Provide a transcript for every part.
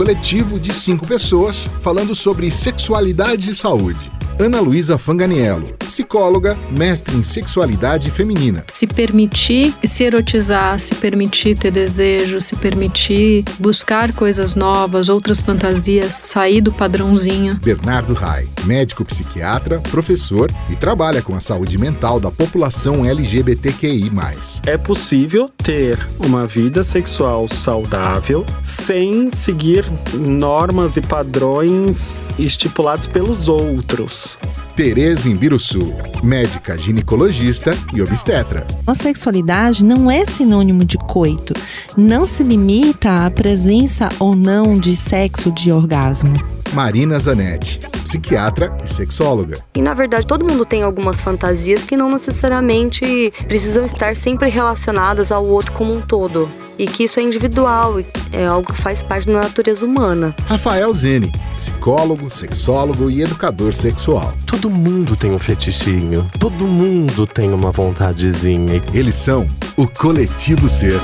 coletivo de 5 pessoas falando sobre sexualidade e saúde. Ana Luísa Fanganiello, psicóloga, mestre em sexualidade feminina. Se permitir se erotizar, se permitir ter desejo, se permitir buscar coisas novas, outras fantasias, sair do padrãozinho. Bernardo Rai, médico psiquiatra, professor e trabalha com a saúde mental da população LGBTQI+. É possível ter uma vida sexual saudável sem seguir normas e padrões estipulados pelos outros. Tereza Imbiruçu, médica ginecologista e obstetra. A sexualidade não é sinônimo de coito. Não se limita à presença ou não de sexo, de orgasmo. Marina Zanetti, psiquiatra e sexóloga. E, na verdade, todo mundo tem algumas fantasias que não necessariamente precisam estar sempre relacionadas ao outro como um todo. E que isso é individual, é algo que faz parte da natureza humana. Rafael Zene, psicólogo, sexólogo e educador sexual. Todo mundo tem um fetichinho, todo mundo tem uma vontadezinha. Eles são o Coletivo Ser.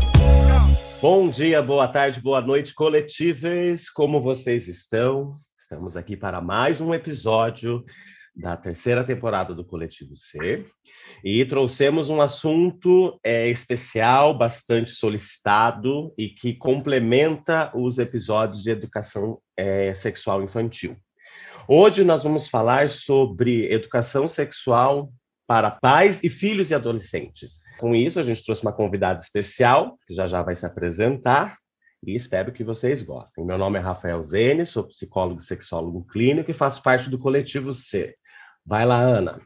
Bom dia, boa tarde, boa noite, coletíveis. Como vocês estão? Estamos aqui para mais um episódio da 3ª temporada do Coletivo Ser. E trouxemos um assunto especial, bastante solicitado e que complementa os episódios de educação sexual infantil. Hoje nós vamos falar sobre educação sexual para pais e filhos e adolescentes. Com isso, a gente trouxe uma convidada especial, que já vai se apresentar, e espero que vocês gostem. Meu nome é Rafael Zene, sou psicólogo e sexólogo clínico e faço parte do Coletivo Ser. Vai lá, Ana.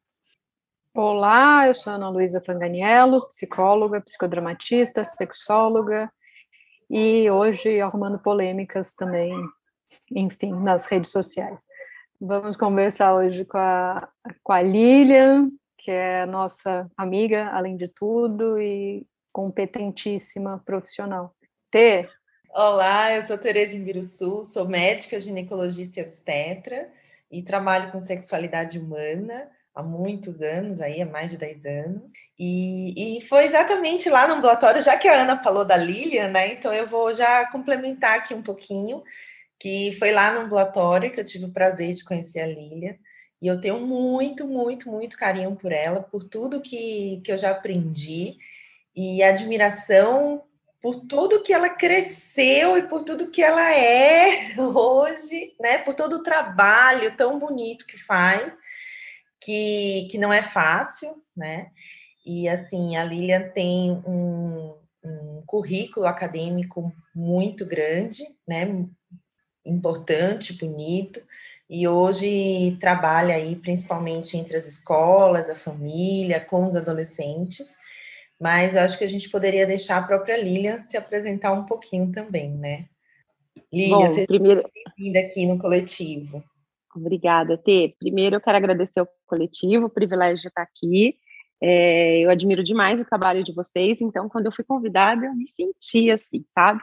Olá, eu sou Ana Luísa Fanganiello, psicóloga, psicodramatista, sexóloga e hoje arrumando polêmicas também, enfim, nas redes sociais. Vamos conversar hoje com a Lilian, que é nossa amiga, além de tudo, e competentíssima profissional. Tê? Olá, eu sou Tereza Imbiruçu, sou médica, ginecologista e obstetra e trabalho com sexualidade humana há muitos anos, há mais de 10 anos, e foi exatamente lá no ambulatório, já que a Ana falou da Lilian, né, então eu vou já complementar aqui um pouquinho, que foi lá no ambulatório que eu tive o prazer de conhecer a Lilian, e eu tenho muito, muito, muito carinho por ela, por tudo que eu já aprendi, e admiração por tudo que ela cresceu e por tudo que ela é hoje, né, por todo o trabalho tão bonito que faz, que não é fácil, né? E, assim, a Lilian tem um currículo acadêmico muito grande, né? Importante, bonito, e hoje trabalha aí principalmente entre as escolas, a família, com os adolescentes, mas eu acho que a gente poderia deixar a própria Lilian se apresentar um pouquinho também, né? Lilian, seja bem-vinda aqui no Coletivo. Obrigada, Tê. Primeiro, eu quero agradecer ao coletivo, o privilégio de estar aqui. Eu admiro demais o trabalho de vocês, então, quando eu fui convidada, eu me senti assim, sabe?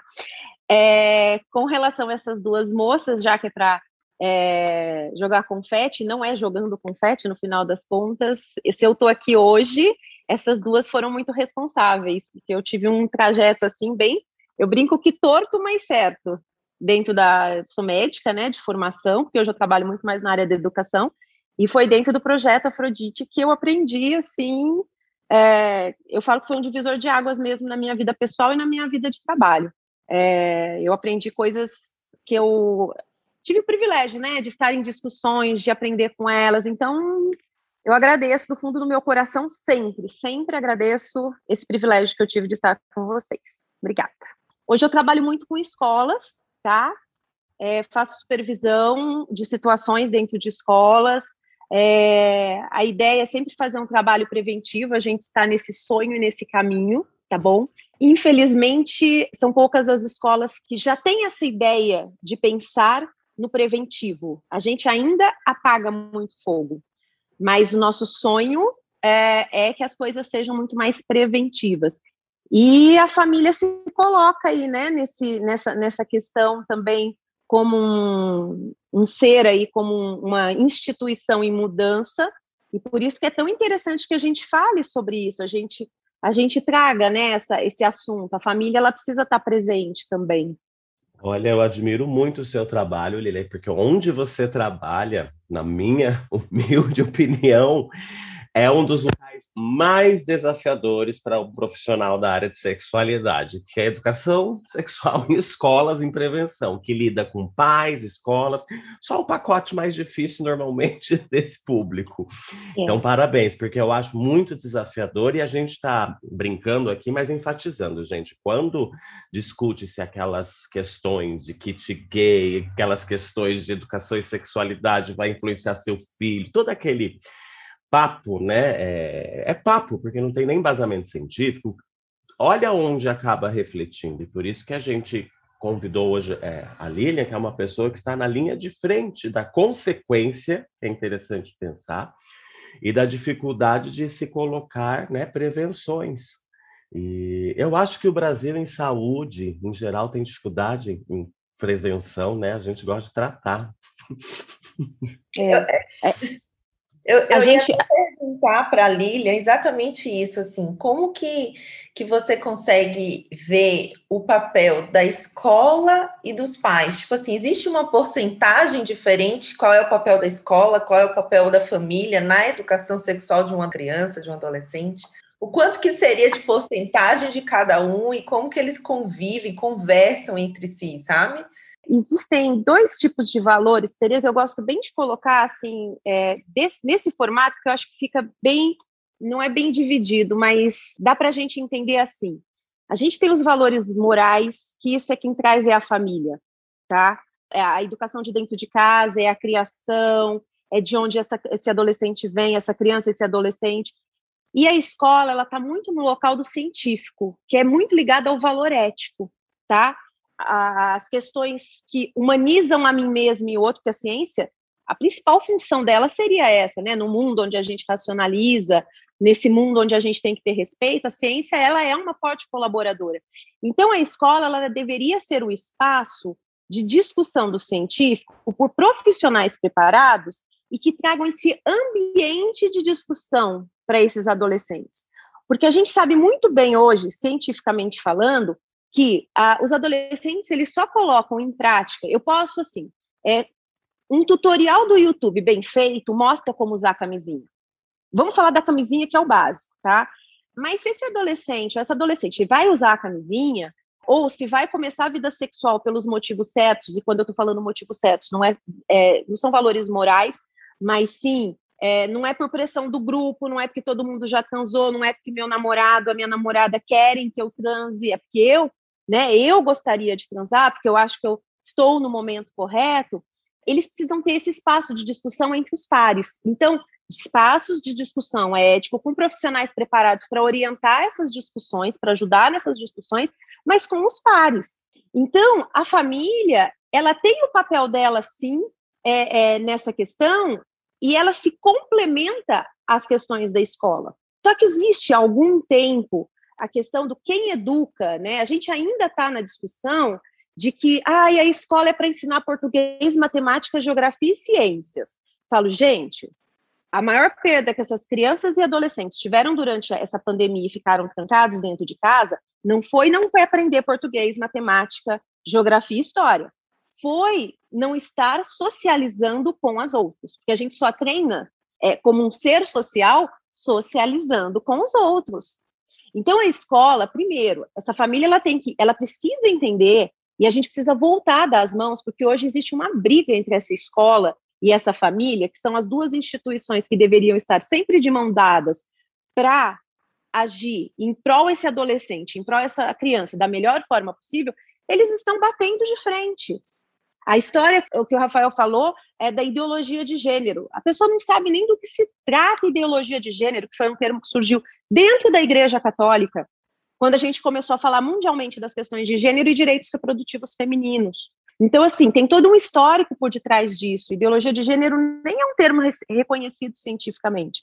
Com relação a essas duas moças, já que é para jogar confete, não é jogando confete, no final das contas, se eu estou aqui hoje, essas duas foram muito responsáveis, porque eu tive um trajeto, assim, eu brinco que torto, mas certo. Sou médica, né, de formação, porque hoje eu trabalho muito mais na área da educação, e foi dentro do projeto Afrodite que eu aprendi, assim, eu falo que foi um divisor de águas mesmo na minha vida pessoal e na minha vida de trabalho. Eu aprendi coisas que eu tive o privilégio, né, de estar em discussões, de aprender com elas, então eu agradeço do fundo do meu coração sempre agradeço esse privilégio que eu tive de estar com vocês. Obrigada. Hoje eu trabalho muito com escolas, tá? Faço supervisão de situações dentro de escolas. A ideia é sempre fazer um trabalho preventivo, a gente está nesse sonho e nesse caminho, tá bom? Infelizmente, são poucas as escolas que já têm essa ideia de pensar no preventivo. A gente ainda apaga muito fogo, mas o nosso sonho é que as coisas sejam muito mais preventivas. E a família se coloca aí, né, nessa questão também como um ser aí, como uma instituição em mudança, e por isso que é tão interessante que a gente fale sobre isso, a gente traga, né, esse assunto. A família, ela precisa estar presente também. Olha, eu admiro muito o seu trabalho, Lili, porque onde você trabalha, na minha humilde opinião, é um dos locais mais desafiadores para um profissional da área de sexualidade, que é a educação sexual em escolas em prevenção, que lida com pais, escolas, só o pacote mais difícil normalmente desse público. Então, parabéns, porque eu acho muito desafiador e a gente está brincando aqui, mas enfatizando, gente, quando discute-se aquelas questões de kit gay, aquelas questões de educação e sexualidade vai influenciar seu filho, todo aquele papo, né? É papo, porque não tem nem embasamento científico. Olha onde acaba refletindo, e por isso que a gente convidou hoje a Lilian, que é uma pessoa que está na linha de frente da consequência, que é interessante pensar, e da dificuldade de se colocar, né, prevenções. E eu acho que o Brasil, em saúde, em geral, tem dificuldade em prevenção, né? A gente gosta de tratar. Eu ia perguntar para a Lilian exatamente isso, assim, como que você consegue ver o papel da escola e dos pais? Tipo assim, existe uma porcentagem diferente? Qual é o papel da escola? Qual é o papel da família na educação sexual de uma criança, de um adolescente? O quanto que seria de porcentagem de cada um e como que eles convivem, conversam entre si, sabe? Existem dois tipos de valores, Tereza, eu gosto bem de colocar assim, nesse formato, que eu acho que fica bem, não é bem dividido, mas dá para a gente entender assim. A gente tem os valores morais, que isso é quem traz é a família, tá? É a educação de dentro de casa, é a criação, é de onde esse adolescente vem, essa criança, esse adolescente. E a escola, ela está muito no local do científico, que é muito ligado ao valor ético, tá? As questões que humanizam a mim mesma e o outro, que a ciência, a principal função dela seria essa, né? No mundo onde a gente racionaliza, nesse mundo onde a gente tem que ter respeito, a ciência, ela é uma forte colaboradora. Então, a escola, ela deveria ser o espaço de discussão do científico por profissionais preparados e que tragam esse ambiente de discussão para esses adolescentes. Porque a gente sabe muito bem hoje, cientificamente falando, que os adolescentes, eles só colocam em prática, eu posso, assim, um tutorial do YouTube bem feito mostra como usar a camisinha. Vamos falar da camisinha, que é o básico, tá? Mas se esse adolescente ou essa adolescente vai usar a camisinha, ou se vai começar a vida sexual pelos motivos certos, e quando eu estou falando motivos certos, não são valores morais, mas sim, não é por pressão do grupo, não é porque todo mundo já transou, não é porque meu namorado, a minha namorada querem que eu transe, é porque eu gostaria de transar, porque eu acho que eu estou no momento correto. Eles precisam ter esse espaço de discussão entre os pares. Então, espaços de discussão ético com profissionais preparados para orientar essas discussões, para ajudar nessas discussões, mas com os pares. Então, a família, ela tem o papel dela, sim, nessa questão, e ela se complementa às questões da escola. Só que existe há algum tempo a questão do quem educa, né? A gente ainda está na discussão de que a escola é para ensinar português, matemática, geografia e ciências. Falo, gente, a maior perda que essas crianças e adolescentes tiveram durante essa pandemia e ficaram trancados dentro de casa não foi aprender português, matemática, geografia e história. Foi não estar socializando com as outras, porque a gente só treina como um ser social socializando com os outros. Então, a escola, primeiro, essa família ela precisa entender, e a gente precisa voltar das mãos, porque hoje existe uma briga entre essa escola e essa família, que são as duas instituições que deveriam estar sempre de mão dadas para agir em prol esse adolescente, em prol essa criança, da melhor forma possível. Eles estão batendo de frente. A história, o que o Rafael falou, é da ideologia de gênero. A pessoa não sabe nem do que se trata ideologia de gênero, que foi um termo que surgiu dentro da Igreja Católica, quando a gente começou a falar mundialmente das questões de gênero e direitos reprodutivos femininos. Então, assim, tem todo um histórico por detrás disso. Ideologia de gênero nem é um termo reconhecido cientificamente.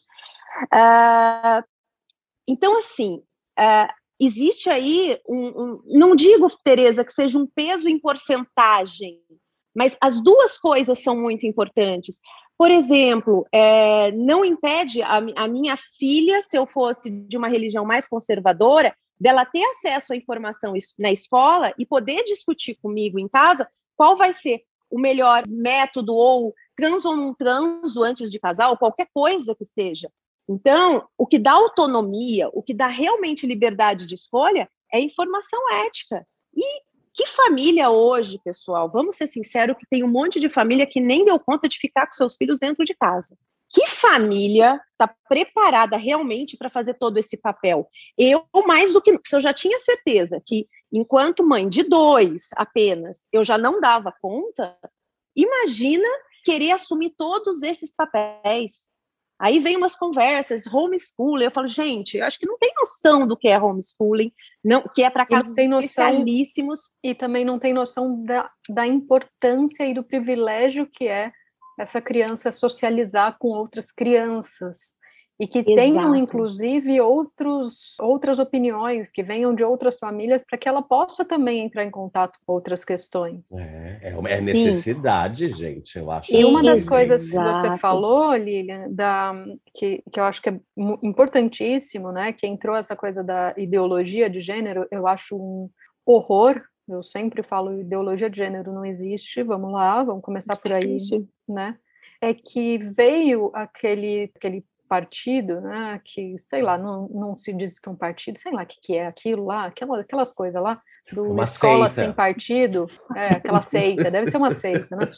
Então, assim, existe aí não digo, Tereza, que seja um peso em porcentagem, mas as duas coisas são muito importantes. Por exemplo, não impede a minha filha, se eu fosse de uma religião mais conservadora, dela ter acesso à informação na escola e poder discutir comigo em casa qual vai ser o melhor método, ou transo ou não transo antes de casar, ou qualquer coisa que seja. Então, o que dá autonomia, o que dá realmente liberdade de escolha é informação ética. E que família hoje, pessoal, vamos ser sinceros, que tem um monte de família que nem deu conta de ficar com seus filhos dentro de casa. Que família está preparada realmente para fazer todo esse papel? Eu, mais do que... Se eu já tinha certeza que, enquanto mãe de 2 apenas, eu já não dava conta, imagina querer assumir todos esses papéis. Aí vem umas conversas, homeschooling, eu falo, gente, eu acho que não tem noção do que é homeschooling, não, que é para casos especialíssimos. E também não tem noção da importância e do privilégio que é essa criança socializar com outras crianças. E que tenham, inclusive, outras opiniões, que venham de outras famílias, para que ela possa também entrar em contato com outras questões. É necessidade, gente, eu acho. E uma das coisas que você falou, Lilian, que eu acho que é importantíssimo, né, que entrou essa coisa da ideologia de gênero, eu acho um horror. Eu sempre falo, ideologia de gênero não existe, vamos lá, vamos começar por aí, né? É que veio aquele partido, né, que, sei lá, não se diz que é um partido, sei lá o que é aquilo lá, aquelas coisas lá, do uma escola seita. Sem partido, aquela seita, deve ser uma seita, né?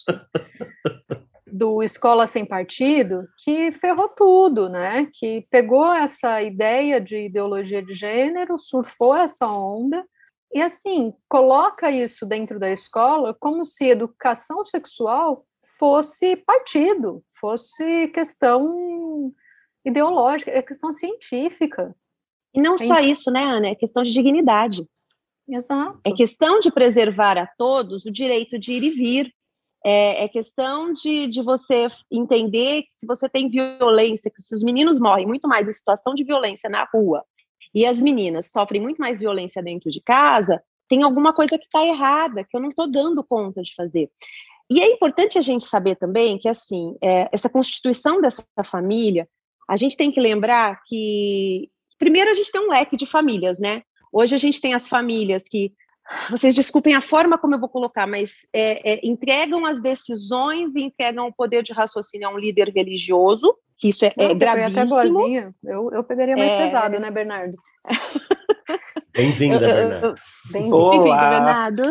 Do Escola Sem Partido, que ferrou tudo, né, que pegou essa ideia de ideologia de gênero, surfou essa onda, e assim, coloca isso dentro da escola como se educação sexual fosse partido, fosse questão ideológica, é questão científica. E não só isso, né, Ana? É questão de dignidade. Exato. É questão de preservar a todos o direito de ir e vir. É questão de você entender que se você tem violência, que se os meninos morrem muito mais em situação de violência na rua e as meninas sofrem muito mais violência dentro de casa, tem alguma coisa que está errada, que eu não estou dando conta de fazer. E é importante a gente saber também que, assim, essa constituição dessa família, a gente tem que lembrar que, primeiro, a gente tem um leque de famílias, né? Hoje a gente tem as famílias que, vocês desculpem a forma como eu vou colocar, mas entregam as decisões e entregam o poder de raciocínio a um líder religioso, que isso é gravíssimo. Até boazinha. Eu pegaria mais pesado, né, Bernardo? Bem-vinda, Bernardo. Bem-vindo, Bernardo.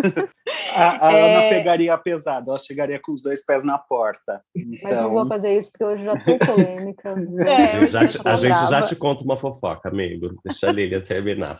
A Ana pegaria pesado, ela chegaria com os 2 pés na porta. Então... Mas não vou fazer isso, porque hoje já tô polêmica. A gente já te conta uma fofoca, amigo. Deixa a Lilian terminar.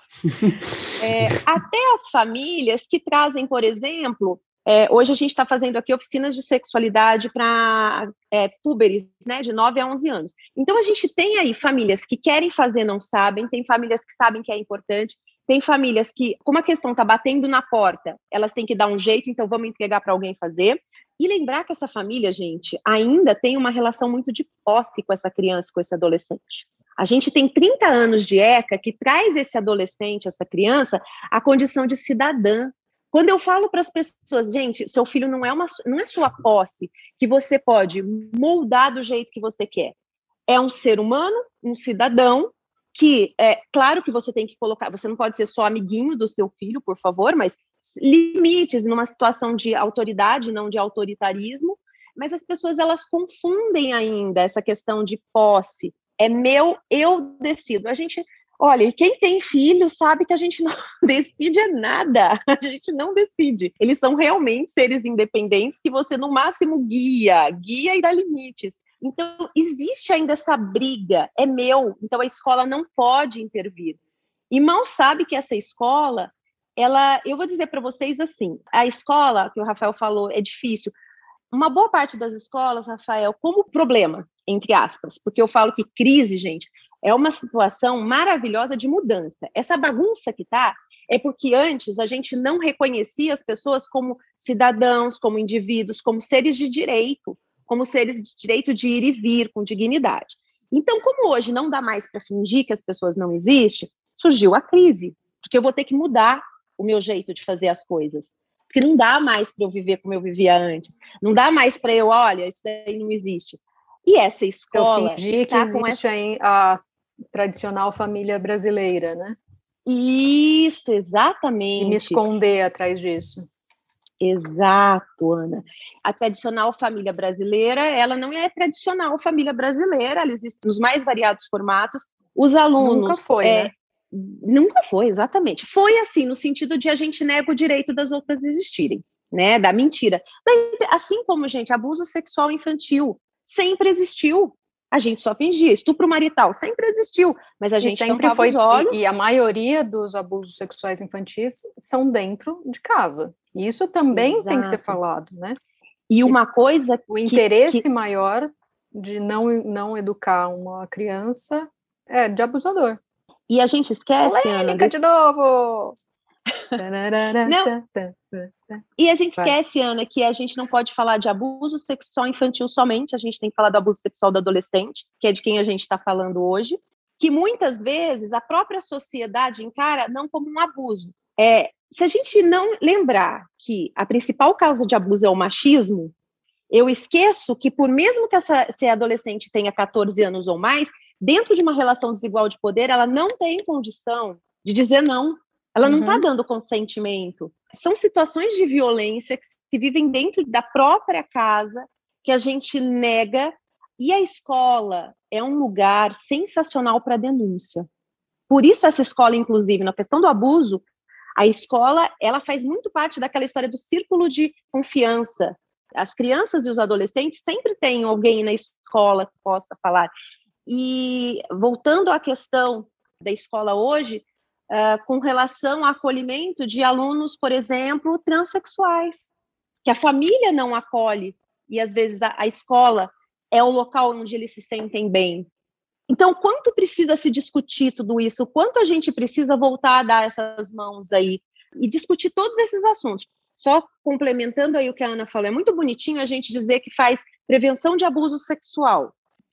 Até as famílias que trazem, por exemplo, hoje a gente está fazendo aqui oficinas de sexualidade para púberes, né, de 9 a 11 anos. Então, a gente tem aí famílias que querem fazer, não sabem, tem famílias que sabem que é importante, tem famílias que, como a questão está batendo na porta, elas têm que dar um jeito, então vamos entregar para alguém fazer. E lembrar que essa família, gente, ainda tem uma relação muito de posse com essa criança, com esse adolescente. A gente tem 30 anos de ECA que traz esse adolescente, essa criança, a condição de cidadã. Quando eu falo para as pessoas, gente, seu filho não é sua posse, que você pode moldar do jeito que você quer. É um ser humano, um cidadão, que claro que você tem que colocar, você não pode ser só amiguinho do seu filho, por favor, mas limites numa situação de autoridade, não de autoritarismo, mas as pessoas, elas confundem ainda essa questão de posse. É meu, eu decido. Olha, quem tem filho sabe que a gente não decide nada, a gente não decide. Eles são realmente seres independentes que você, no máximo, guia e dá limites. Então, existe ainda essa briga, é meu, então a escola não pode intervir. E mal sabe que essa escola, eu vou dizer para vocês assim, a escola, que o Rafael falou, é difícil. Uma boa parte das escolas, Rafael, como problema, entre aspas, porque eu falo que crise, gente, é uma situação maravilhosa de mudança. Essa bagunça que tá é porque antes a gente não reconhecia as pessoas como cidadãos, como indivíduos, como seres de direito, como seres de direito de ir e vir com dignidade. Então, como hoje não dá mais para fingir que as pessoas não existem, surgiu a crise, porque eu vou ter que mudar o meu jeito de fazer as coisas. Porque não dá mais para eu viver como eu vivia antes. Não dá mais para eu, olha, isso daí não existe. E essa escola... Eu fingi que existe a tradicional família brasileira, né? Isso, exatamente. E me esconder atrás disso. Exato, Ana. A tradicional família brasileira, ela não é tradicional família brasileira, ela existe nos mais variados formatos. Os alunos... Nunca foi, né? Nunca foi, exatamente. Foi assim, no sentido de a gente nega o direito das outras existirem, né? Da mentira. Assim como, gente, abuso sexual infantil sempre existiu. A gente só fingia. Estupro marital sempre existiu, mas a gente sempre tampava os olhos. E a maioria dos abusos sexuais infantis são dentro de casa. E isso também tem que ser falado, né? E uma coisa... O interesse maior de não educar uma criança é de abusador. E a gente esquece, Ana, de novo! Não. E a gente esquece, Ana, que a gente não pode falar de abuso sexual infantil somente, a gente tem que falar do abuso sexual do adolescente, que é de quem a gente está falando hoje, que muitas vezes a própria sociedade encara não como um abuso. Se a gente não lembrar que a principal causa de abuso é o machismo, eu esqueço que por mesmo que essa adolescente tenha 14 anos ou mais, dentro de uma relação desigual de poder, ela não tem condição de dizer não. Ela não está dando consentimento. São situações de violência que se vivem dentro da própria casa, que a gente nega, e a escola é um lugar sensacional para denúncia. Por isso essa escola, inclusive, na questão do abuso, a escola, ela faz muito parte daquela história do círculo de confiança. As crianças e os adolescentes sempre têm alguém na escola que possa falar. E voltando à questão da escola hoje, com relação ao acolhimento de alunos, por exemplo, transexuais, que a família não acolhe, e às vezes a escola é o local onde eles se sentem bem. Então, quanto precisa se discutir tudo isso? Quanto a gente precisa voltar a dar essas mãos aí e discutir todos esses assuntos? Só complementando aí o que a Ana falou, é muito bonitinho a gente dizer que faz prevenção de abuso sexual.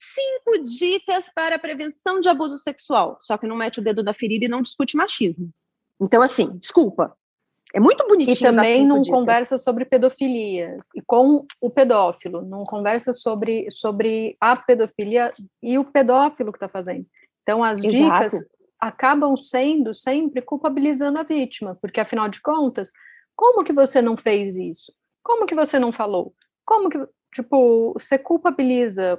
5 dicas para a prevenção de abuso sexual, só que não mete o dedo na ferida e não discute machismo. Então, assim, desculpa, é muito bonitinho. E também não conversa sobre pedofilia, e com o pedófilo, não conversa sobre a pedofilia e o pedófilo que está fazendo. Então, as dicas acabam sendo sempre culpabilizando a vítima, porque, afinal de contas, como que você não fez isso? Como que você não falou? Como que... Tipo, você culpabiliza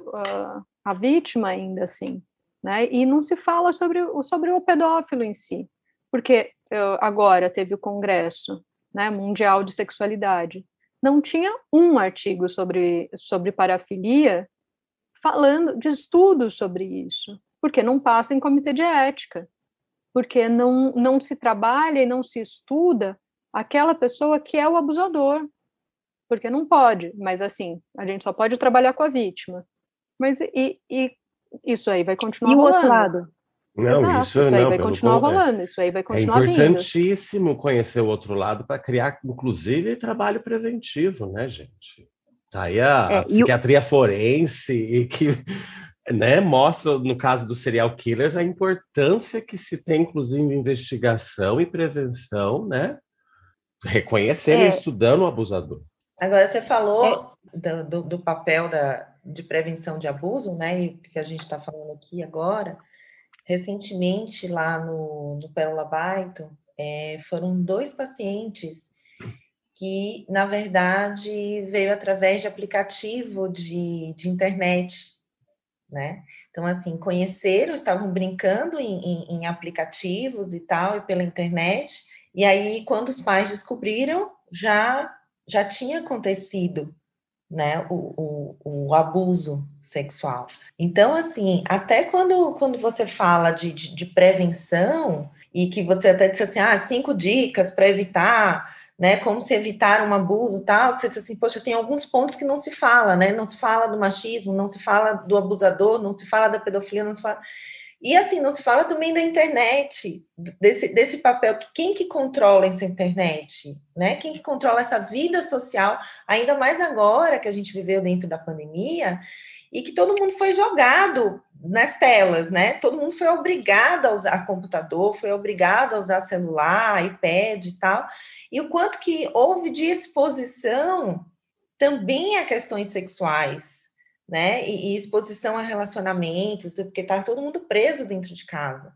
a vítima ainda assim, né? E não se fala sobre o pedófilo em si. Porque agora teve o Congresso, né, Mundial de Sexualidade. Não tinha um artigo sobre parafilia falando de estudos sobre isso. Porque não passa em comitê de ética. Porque não se trabalha e não se estuda aquela pessoa que é o abusador. Porque não pode, mas assim, a gente só pode trabalhar com a vítima. Mas e isso aí vai continuar rolando. E o outro lado? Não, exato, isso aí vai continuar rolando, isso aí vai continuar vindo. É importantíssimo conhecer o outro lado para criar, inclusive, trabalho preventivo, né, gente? Tá aí a psiquiatria forense e que, né, mostra, no caso dos serial killers, a importância que se tem, inclusive, em investigação e prevenção, né? Reconhecendo e estudando o abusador. Agora, você falou do papel de prevenção de abuso, né? E o que a gente está falando aqui agora. Recentemente, lá no Pérola Baito, foram 2 pacientes que, na verdade, veio através de aplicativo de internet, né? Então, assim, conheceram, estavam brincando em aplicativos e tal, e pela internet, e aí, quando os pais descobriram, já tinha acontecido, né, o abuso sexual. Então, assim, até quando você fala de prevenção, e que você até disse assim, 5 dicas para evitar, né, como se evitar um abuso tal, que você disse assim, poxa, tem alguns pontos que não se fala, né, não se fala do machismo, não se fala do abusador, não se fala da pedofilia, não se fala... E, assim, não se fala também da internet, desse papel, quem que controla essa internet, né? Quem que controla essa vida social, ainda mais agora que a gente viveu dentro da pandemia, e que todo mundo foi jogado nas telas, né? Todo mundo foi obrigado a usar computador, foi obrigado a usar celular, iPad e tal, e o quanto que houve de exposição também a questões sexuais, né, e exposição a relacionamentos, porque tá todo mundo preso dentro de casa,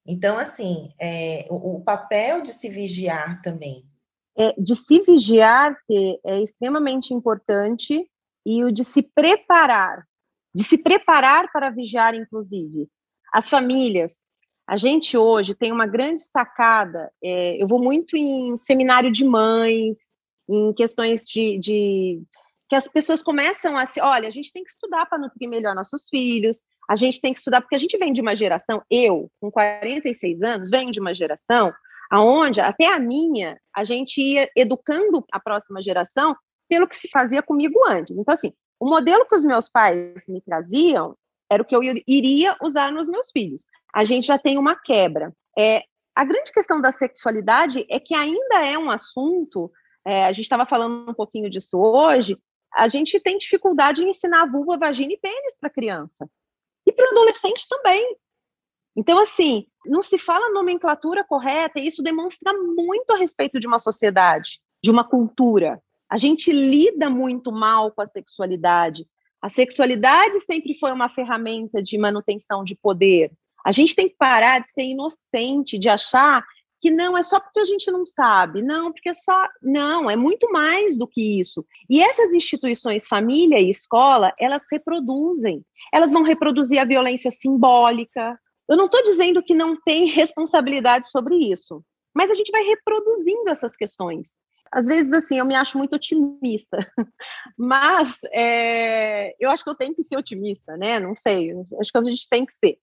Então, assim, o papel de se vigiar também. De se vigiar é extremamente importante, e o de se preparar para vigiar, inclusive. As famílias, a gente hoje tem uma grande sacada, eu vou muito em seminário de mães, em questões de que as pessoas começam a olha, a gente tem que estudar para nutrir melhor nossos filhos, a gente tem que estudar, porque a gente vem de uma geração, eu, com 46 anos, venho de uma geração aonde, até a gente ia educando a próxima geração pelo que se fazia comigo antes. Então, assim, o modelo que os meus pais me traziam era o que eu iria usar nos meus filhos. A gente já tem uma quebra. A grande questão da sexualidade é que ainda é um assunto, a gente estava falando um pouquinho disso hoje, a gente tem dificuldade em ensinar vulva, vagina e pênis para criança. E para o adolescente também. Então, assim, não se fala a nomenclatura correta, e isso demonstra muito a respeito de uma sociedade, de uma cultura. A gente lida muito mal com a sexualidade. A sexualidade sempre foi uma ferramenta de manutenção de poder. A gente tem que parar de ser inocente, de achar que não, é só porque a gente não sabe, não, porque não, é muito mais do que isso. E essas instituições, família e escola, elas vão reproduzir a violência simbólica. Eu não estou dizendo que não tem responsabilidade sobre isso, mas a gente vai reproduzindo essas questões. Às vezes, assim, eu me acho muito otimista, mas eu acho que eu tenho que ser otimista, né? Não sei, acho que a gente tem que ser.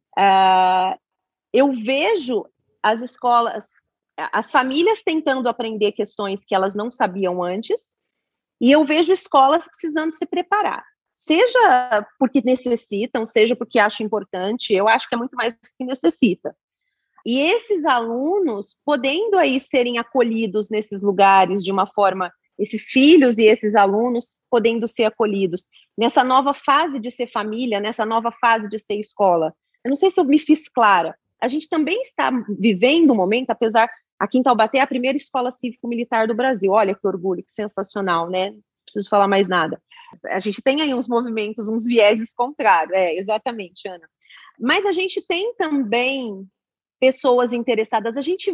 Eu vejo as escolas, as famílias tentando aprender questões que elas não sabiam antes, e eu vejo escolas precisando se preparar. Seja porque necessitam, seja porque acham importante, eu acho que é muito mais do que necessita. E esses alunos podendo aí serem acolhidos nesses lugares de uma forma, esses filhos e esses alunos podendo ser acolhidos nessa nova fase de ser família, nessa nova fase de ser escola. Eu não sei se eu me fiz clara. A gente também está vivendo um momento, apesar, aqui em Taubaté é a primeira escola cívico-militar do Brasil. Olha que orgulho, que sensacional, né? Não preciso falar mais nada. A gente tem aí uns movimentos, uns vieses contrários. Exatamente, Ana. Mas a gente tem também pessoas interessadas, a gente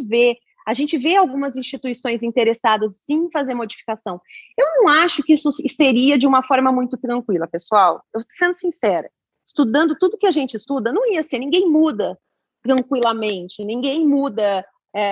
vê algumas instituições interessadas sim em fazer modificação. Eu não acho que isso seria de uma forma muito tranquila, pessoal. Eu sendo sincera, estudando tudo que a gente estuda, não ia ser, ninguém muda tranquilamente, ninguém muda.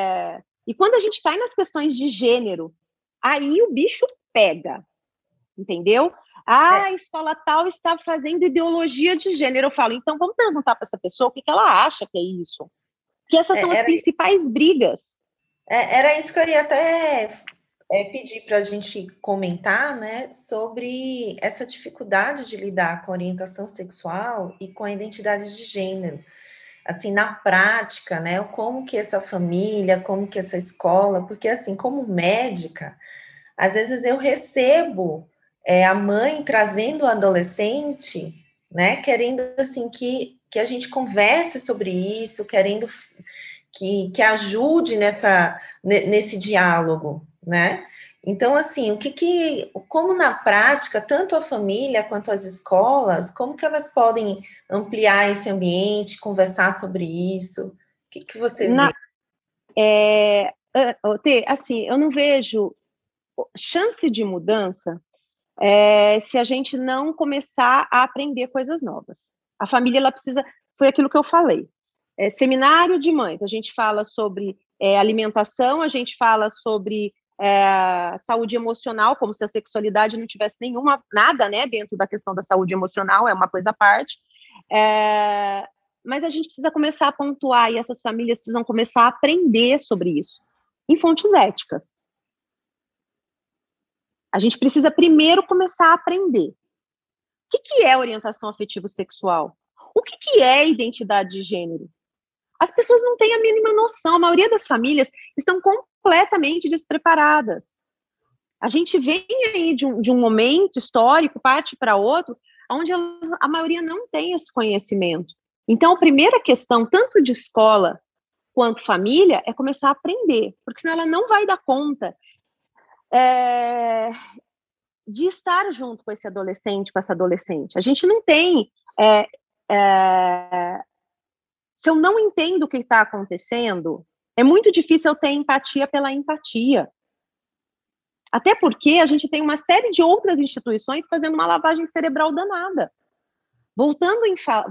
E quando a gente cai nas questões de gênero, aí o bicho pega, entendeu? A escola tal está fazendo ideologia de gênero. Eu falo, então vamos perguntar para essa pessoa o que ela acha que é isso. Porque essas são as principais brigas. Era isso que eu ia até pedir para a gente comentar, né, sobre essa dificuldade de lidar com a orientação sexual e com a identidade de gênero. Assim, na prática, né, como que essa família, como que essa escola, porque assim, como médica, às vezes eu recebo a mãe trazendo o adolescente, né, querendo assim que a gente converse sobre isso, querendo que ajude nesse diálogo, né? Então, assim, como na prática, tanto a família quanto as escolas, como que elas podem ampliar esse ambiente, conversar sobre isso? O que você vê? Assim, eu não vejo chance de mudança se a gente não começar a aprender coisas novas. A família, ela precisa, foi aquilo que eu falei, seminário de mães, a gente fala sobre alimentação, a gente fala sobre saúde emocional, como se a sexualidade não tivesse nada, né, dentro da questão da saúde emocional, é uma coisa à parte, mas a gente precisa começar a pontuar, e essas famílias precisam começar a aprender sobre isso, em fontes éticas. A gente precisa primeiro começar a aprender. O que é orientação afetivo-sexual? O que é identidade de gênero? As pessoas não têm a mínima noção, a maioria das famílias estão completamente despreparadas. A gente vem aí de um momento histórico, parte para outro, onde a maioria não tem esse conhecimento. Então, a primeira questão, tanto de escola quanto família, é começar a aprender, porque senão ela não vai dar conta de estar junto com esse adolescente, com essa adolescente. A gente não tem Se eu não entendo o que está acontecendo, é muito difícil eu ter empatia pela empatia. Até porque a gente tem uma série de outras instituições fazendo uma lavagem cerebral danada. Voltando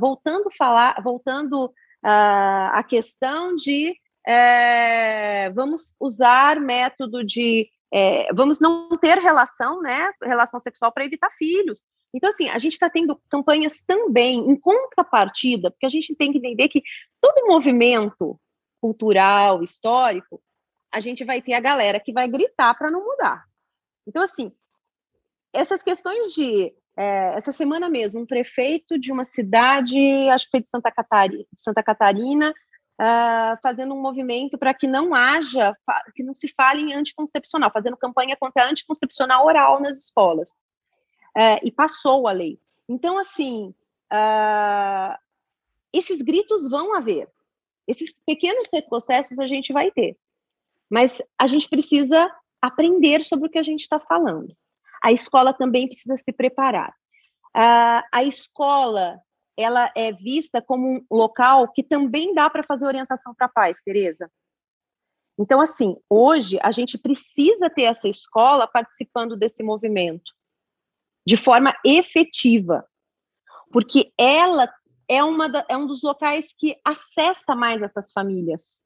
à questão de vamos usar método de vamos não ter relação sexual para evitar filhos. Então, assim, a gente está tendo campanhas também em contrapartida, porque a gente tem que entender que todo movimento cultural, histórico, a gente vai ter a galera que vai gritar para não mudar. Então, assim, essas questões de... essa semana mesmo, um prefeito de uma cidade, acho que foi de Santa Catarina, fazendo um movimento para que não se fale em anticoncepcional, fazendo campanha contra a anticoncepcional oral nas escolas. E passou a lei. Então, assim, esses gritos vão haver. Esses pequenos retrocessos a gente vai ter. Mas a gente precisa aprender sobre o que a gente está falando. A escola também precisa se preparar. A escola, ela é vista como um local que também dá para fazer orientação para pais, Tereza. Então, assim, hoje a gente precisa ter essa escola participando desse movimento de forma efetiva, porque ela é um dos locais que acessa mais essas famílias.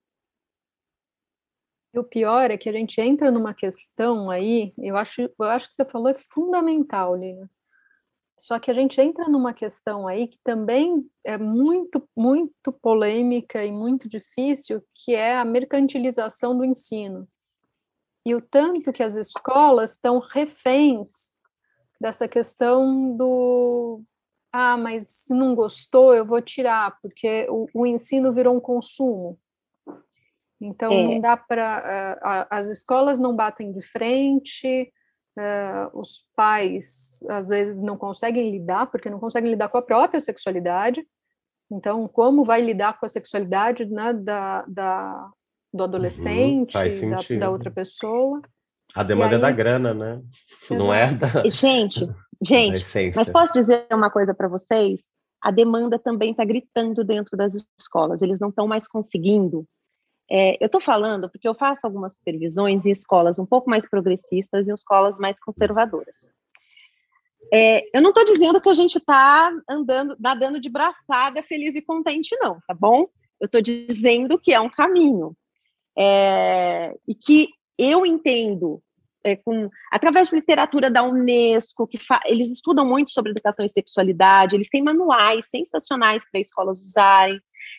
E o pior é que a gente entra numa questão aí, eu acho que você falou é fundamental, Lívia. Só que a gente entra numa questão aí que também é muito, muito polêmica e muito difícil, que é a mercantilização do ensino. E o tanto que as escolas estão reféns dessa questão mas se não gostou, eu vou tirar, porque o ensino virou um consumo. Então, não dá para... as escolas não batem de frente, os pais, às vezes, não conseguem lidar, porque não conseguem lidar com a própria sexualidade. Então, como vai lidar com a sexualidade, né, do adolescente, da outra pessoa? A demanda é da grana, né? Exato. Não é da... Gente, mas posso dizer uma coisa para vocês? A demanda também está gritando dentro das escolas, eles não estão mais conseguindo. Eu estou falando porque eu faço algumas supervisões em escolas um pouco mais progressistas e em escolas mais conservadoras. Eu não estou dizendo que a gente está nadando de braçada, feliz e contente, não, tá bom? Eu estou dizendo que é um caminho. E que eu entendo, através de literatura da Unesco, eles estudam muito sobre educação e sexualidade, eles têm manuais sensacionais para escolas usarem,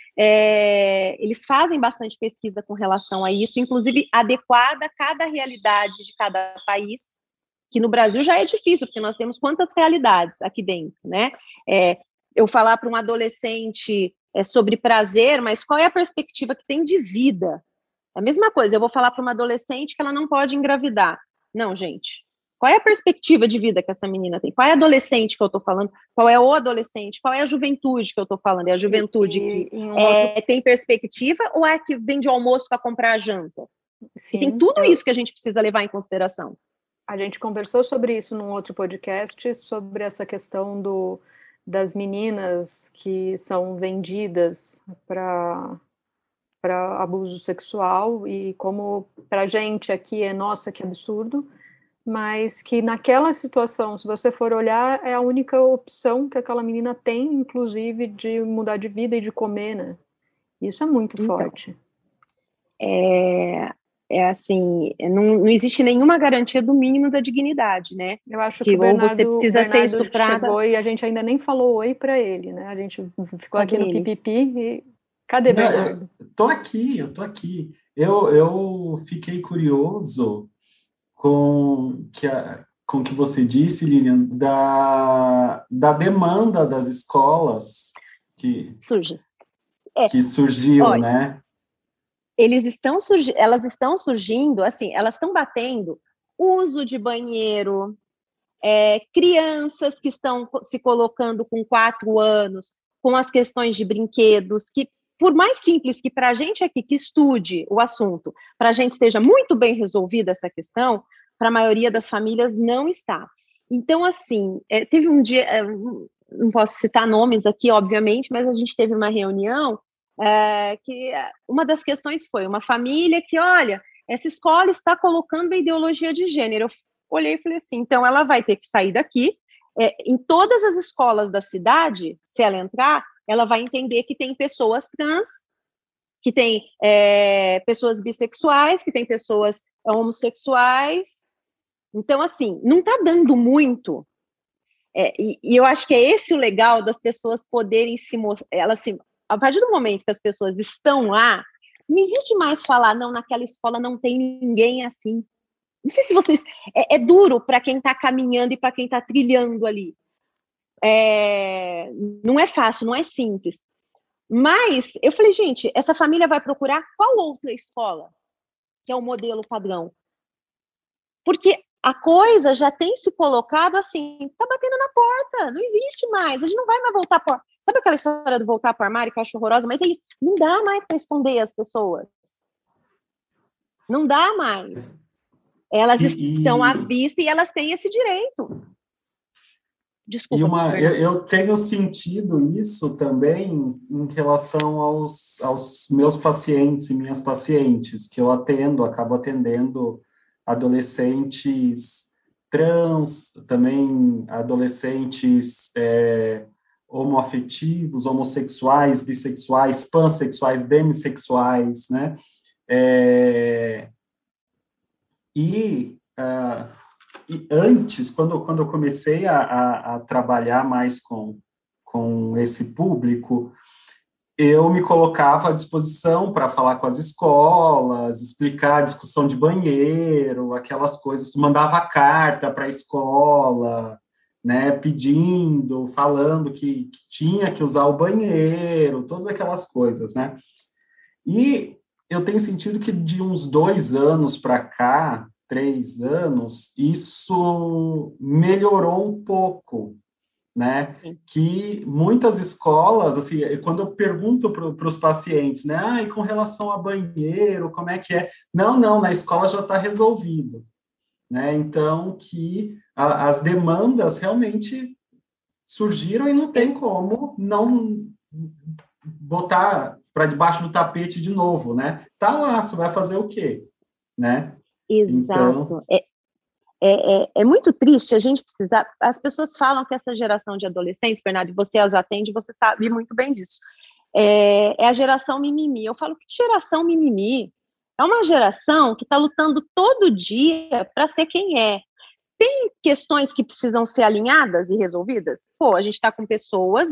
eles fazem bastante pesquisa com relação a isso, inclusive adequada a cada realidade de cada país, que no Brasil já é difícil, porque nós temos quantas realidades aqui dentro, né? Eu falar para um adolescente sobre prazer, mas qual é a perspectiva que tem de vida? É a mesma coisa, eu vou falar para uma adolescente que ela não pode engravidar. Não, gente. Qual é a perspectiva de vida que essa menina tem? Qual é a adolescente que eu estou falando? Qual é o adolescente? Qual é a juventude que eu estou falando? É a juventude que tem perspectiva ou é a que vende almoço para comprar a janta? Sim, e tem tudo isso que a gente precisa levar em consideração. A gente conversou sobre isso num outro podcast, sobre essa questão das meninas que são vendidas para abuso sexual, e como para a gente aqui nossa, que absurdo, mas que naquela situação, se você for olhar, é a única opção que aquela menina tem, inclusive, de mudar de vida e de comer, né? Isso é muito forte. Assim, não existe nenhuma garantia do mínimo da dignidade, né? Eu acho que o Bernardo, você precisa ser estuprada. Chegou e a gente ainda nem falou oi para ele, né? A gente ficou aqui no pipipi e... Cadê, Bernardo? Eu tô aqui. Eu fiquei curioso com o que você disse, Lilian, da demanda das escolas que surgiu, né? Elas estão surgindo, assim, elas estão batendo uso de banheiro, crianças que estão se colocando com 4 anos, com as questões de brinquedos, que por mais simples que para a gente aqui que estude o assunto, para a gente esteja muito bem resolvida essa questão, para a maioria das famílias não está. Então, assim, teve um dia, não posso citar nomes aqui, obviamente, mas a gente teve uma reunião que uma das questões foi uma família que, olha, essa escola está colocando a ideologia de gênero. Eu olhei e falei assim, então ela vai ter que sair daqui. Em todas as escolas da cidade, se ela entrar, ela vai entender que tem pessoas trans, que tem pessoas bissexuais, que tem pessoas homossexuais. Então, assim, não está dando muito. E eu acho que é esse o legal das pessoas poderem se mostrar. A partir do momento que as pessoas estão lá, não existe mais falar, não, naquela escola não tem ninguém assim. Não sei se vocês... É duro para quem está caminhando e para quem está trilhando ali. Não é fácil, não é simples. Mas eu falei, gente, essa família vai procurar qual outra escola que é o modelo padrão? Porque a coisa já tem se colocado assim, tá batendo na porta, não existe mais, a gente não vai mais voltar para... Sabe aquela história do voltar para o armário que eu acho horrorosa? Mas é isso, não dá mais para esconder as pessoas. Não dá mais. Elas estão à vista e elas têm esse direito. Desculpa. Eu tenho sentido isso também em relação aos meus pacientes e minhas pacientes, que eu acabo atendendo adolescentes trans, também adolescentes homoafetivos, homossexuais, bissexuais, pansexuais, demissexuais, né? E antes, quando eu comecei a trabalhar mais com esse público, eu me colocava à disposição para falar com as escolas, explicar a discussão de banheiro, aquelas coisas, mandava carta para a escola, né, pedindo, falando que tinha que usar o banheiro, todas aquelas coisas, né? E eu tenho sentido que de uns 2 anos para cá, 3 anos, isso melhorou um pouco, né? Que muitas escolas, assim, quando eu pergunto para os pacientes, né? E com relação a banheiro, como é que é? Não, na escola já está resolvido, né? Então, que as demandas realmente surgiram e não tem como não botar para debaixo do tapete de novo, né? Tá lá, você vai fazer o quê, né? Exato. Então... É muito triste a gente precisar... As pessoas falam que essa geração de adolescentes, Bernardo, você as atende, você sabe muito bem disso, é a geração mimimi. Eu falo que geração mimimi é uma geração que está lutando todo dia para ser quem é. Tem questões que precisam ser alinhadas e resolvidas? Pô, a gente está com pessoas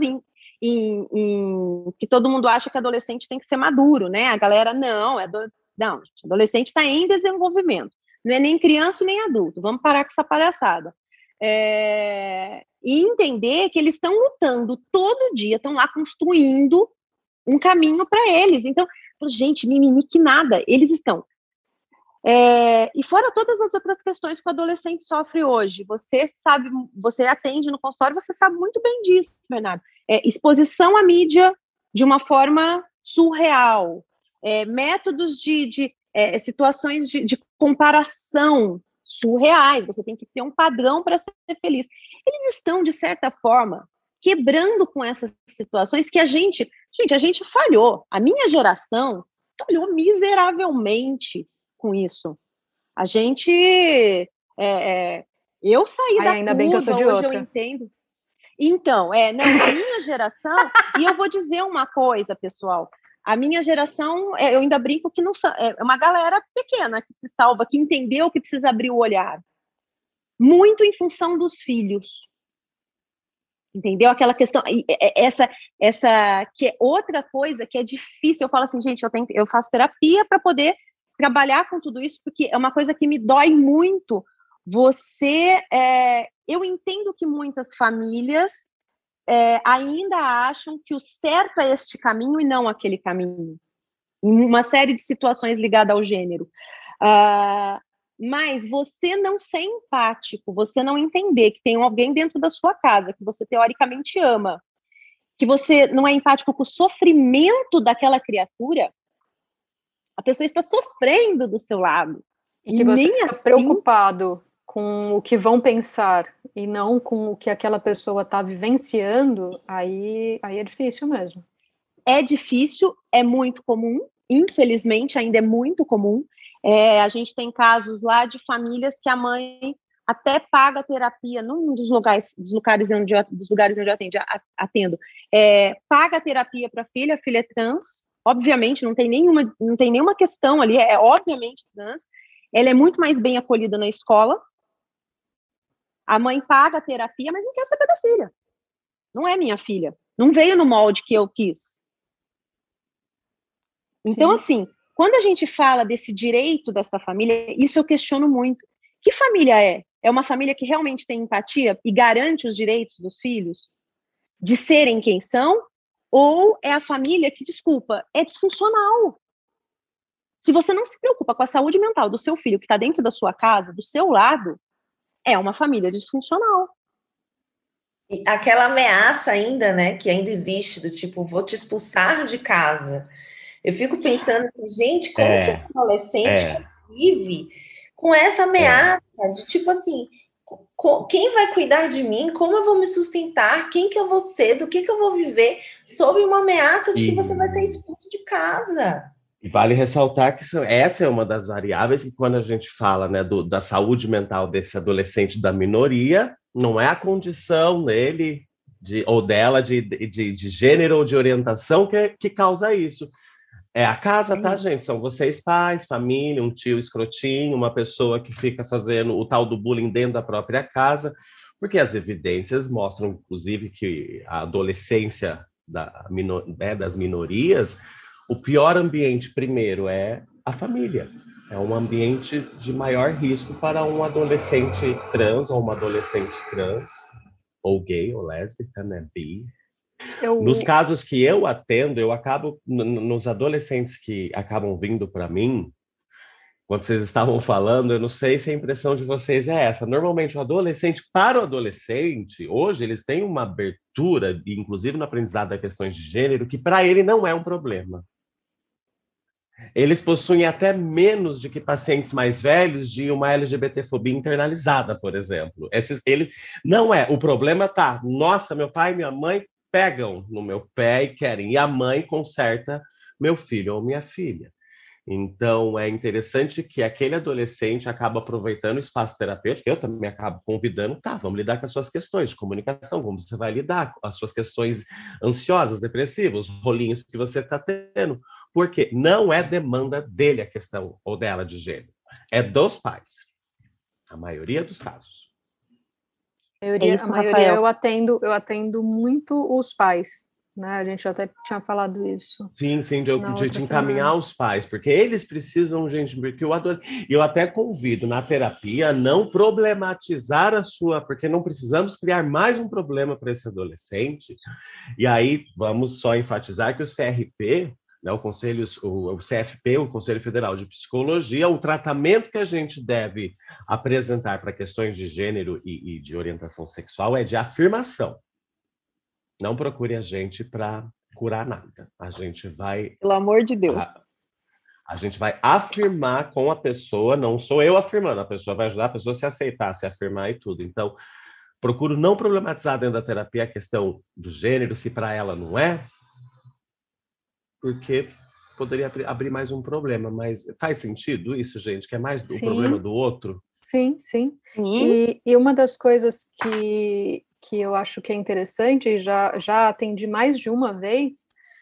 que todo mundo acha que adolescente tem que ser maduro, né? A galera, não, gente, adolescente está em desenvolvimento. Não é nem criança nem adulto, vamos parar com essa palhaçada. E entender que eles estão lutando todo dia, estão lá construindo um caminho para eles. Então, gente, mimimi que nada, eles estão. E fora todas as outras questões que o adolescente sofre hoje, você sabe, você atende no consultório, você sabe muito bem disso, Bernardo. Exposição à mídia de uma forma surreal, métodos de situações de comparação surreais, você tem que ter um padrão para ser feliz. Eles estão, de certa forma, quebrando com essas situações que a gente falhou. A minha geração falhou miseravelmente com isso. A gente... eu saí da ainda bem que eu sou de hoje outra. Eu entendo. Então, a minha geração... E eu vou dizer uma coisa, pessoal. A minha geração, eu ainda brinco que não é uma galera pequena que se salva, que entendeu que precisa abrir o olhar. Muito em função dos filhos. Entendeu? Aquela questão, essa que é outra coisa que é difícil. Eu falo assim, gente, eu faço terapia para poder trabalhar com tudo isso, porque é uma coisa que me dói muito. Eu entendo que muitas famílias ainda acham que o certo é este caminho e não aquele caminho, em uma série de situações ligadas ao gênero. Mas você não ser empático, você não entender que tem alguém dentro da sua casa que você teoricamente ama, que você não é empático com o sofrimento daquela criatura, a pessoa está sofrendo do seu lado. E que você fica preocupado com o que vão pensar e não com o que aquela pessoa está vivenciando, aí é difícil mesmo. É difícil, é muito comum, infelizmente ainda é muito comum. A gente tem casos lá de famílias que a mãe até paga terapia, num dos lugares onde eu atendo, paga terapia para a filha é trans, obviamente, não tem nenhuma questão ali, é obviamente trans, ela é muito mais bem acolhida na escola, a mãe paga a terapia, mas não quer saber da filha, não é minha filha, não veio no molde que eu quis. Então, assim, quando a gente fala desse direito dessa família, isso eu questiono muito. Que família é? É uma família que realmente tem empatia e garante os direitos dos filhos de serem quem são? Ou é a família que, desculpa, é disfuncional? Se você não se preocupa com a saúde mental do seu filho que está dentro da sua casa, do seu lado, é uma família disfuncional. E aquela ameaça ainda, né, que ainda existe, do tipo, vou te expulsar de casa. Eu fico pensando assim, gente, como que um adolescente vive com essa ameaça de tipo assim, quem vai cuidar de mim? Como eu vou me sustentar? Quem que eu vou ser? Do que eu vou viver? Sob uma ameaça de que você vai ser expulso de casa. E vale ressaltar que essa é uma das variáveis que quando a gente fala, né, da saúde mental desse adolescente da minoria, não é a condição dele ou dela de gênero ou de orientação que causa isso. É a casa, tá, gente? São vocês pais, família, um tio escrotinho, uma pessoa que fica fazendo o tal do bullying dentro da própria casa, porque as evidências mostram, inclusive, que a adolescência das minorias, o pior ambiente, primeiro, é a família. É um ambiente de maior risco para um adolescente trans ou uma adolescente trans, ou gay, ou lésbica, né, bi. Nos casos que eu atendo, eu acabo, nos adolescentes que acabam vindo para mim, quando vocês estavam falando, eu não sei se a impressão de vocês é essa. Normalmente, para o adolescente, hoje, eles têm uma abertura, inclusive no aprendizado das questões de gênero, que para ele não é um problema. Eles possuem até menos do que pacientes mais velhos de uma LGBTfobia internalizada, por exemplo. Não é, o problema tá, nossa, meu pai e minha mãe pegam no meu pé e querem, e a mãe conserta meu filho ou minha filha. Então, é interessante que aquele adolescente acaba aproveitando o espaço terapêutico, eu também acabo convidando, vamos lidar com as suas questões de comunicação, como você vai lidar com as suas questões ansiosas, depressivas, os rolinhos que você está tendo, porque não é demanda dele a questão, ou dela, de gênero, é dos pais, a maioria dos casos. A maioria eu atendo muito os pais, né? A gente até tinha falado isso. Sim, de encaminhar os pais, porque eles precisam, gente, porque eu até convido na terapia a não problematizar porque não precisamos criar mais um problema para esse adolescente. E aí vamos só enfatizar que o CRP, né, o CFP, o Conselho Federal de Psicologia, o tratamento que a gente deve apresentar para questões de gênero e de orientação sexual é de afirmação. Não procure a gente para curar nada. A gente vai... Pelo amor de Deus. A gente vai afirmar com a pessoa, não sou eu afirmando, a pessoa vai ajudar a pessoa a se aceitar, se afirmar e tudo. Então, procuro não problematizar dentro da terapia a questão do gênero, se para ela não é, porque poderia abrir mais um problema, mas faz sentido isso, gente? Que é mais o problema do outro? Sim. E uma das coisas que eu acho que é interessante, e já atendi mais de uma vez,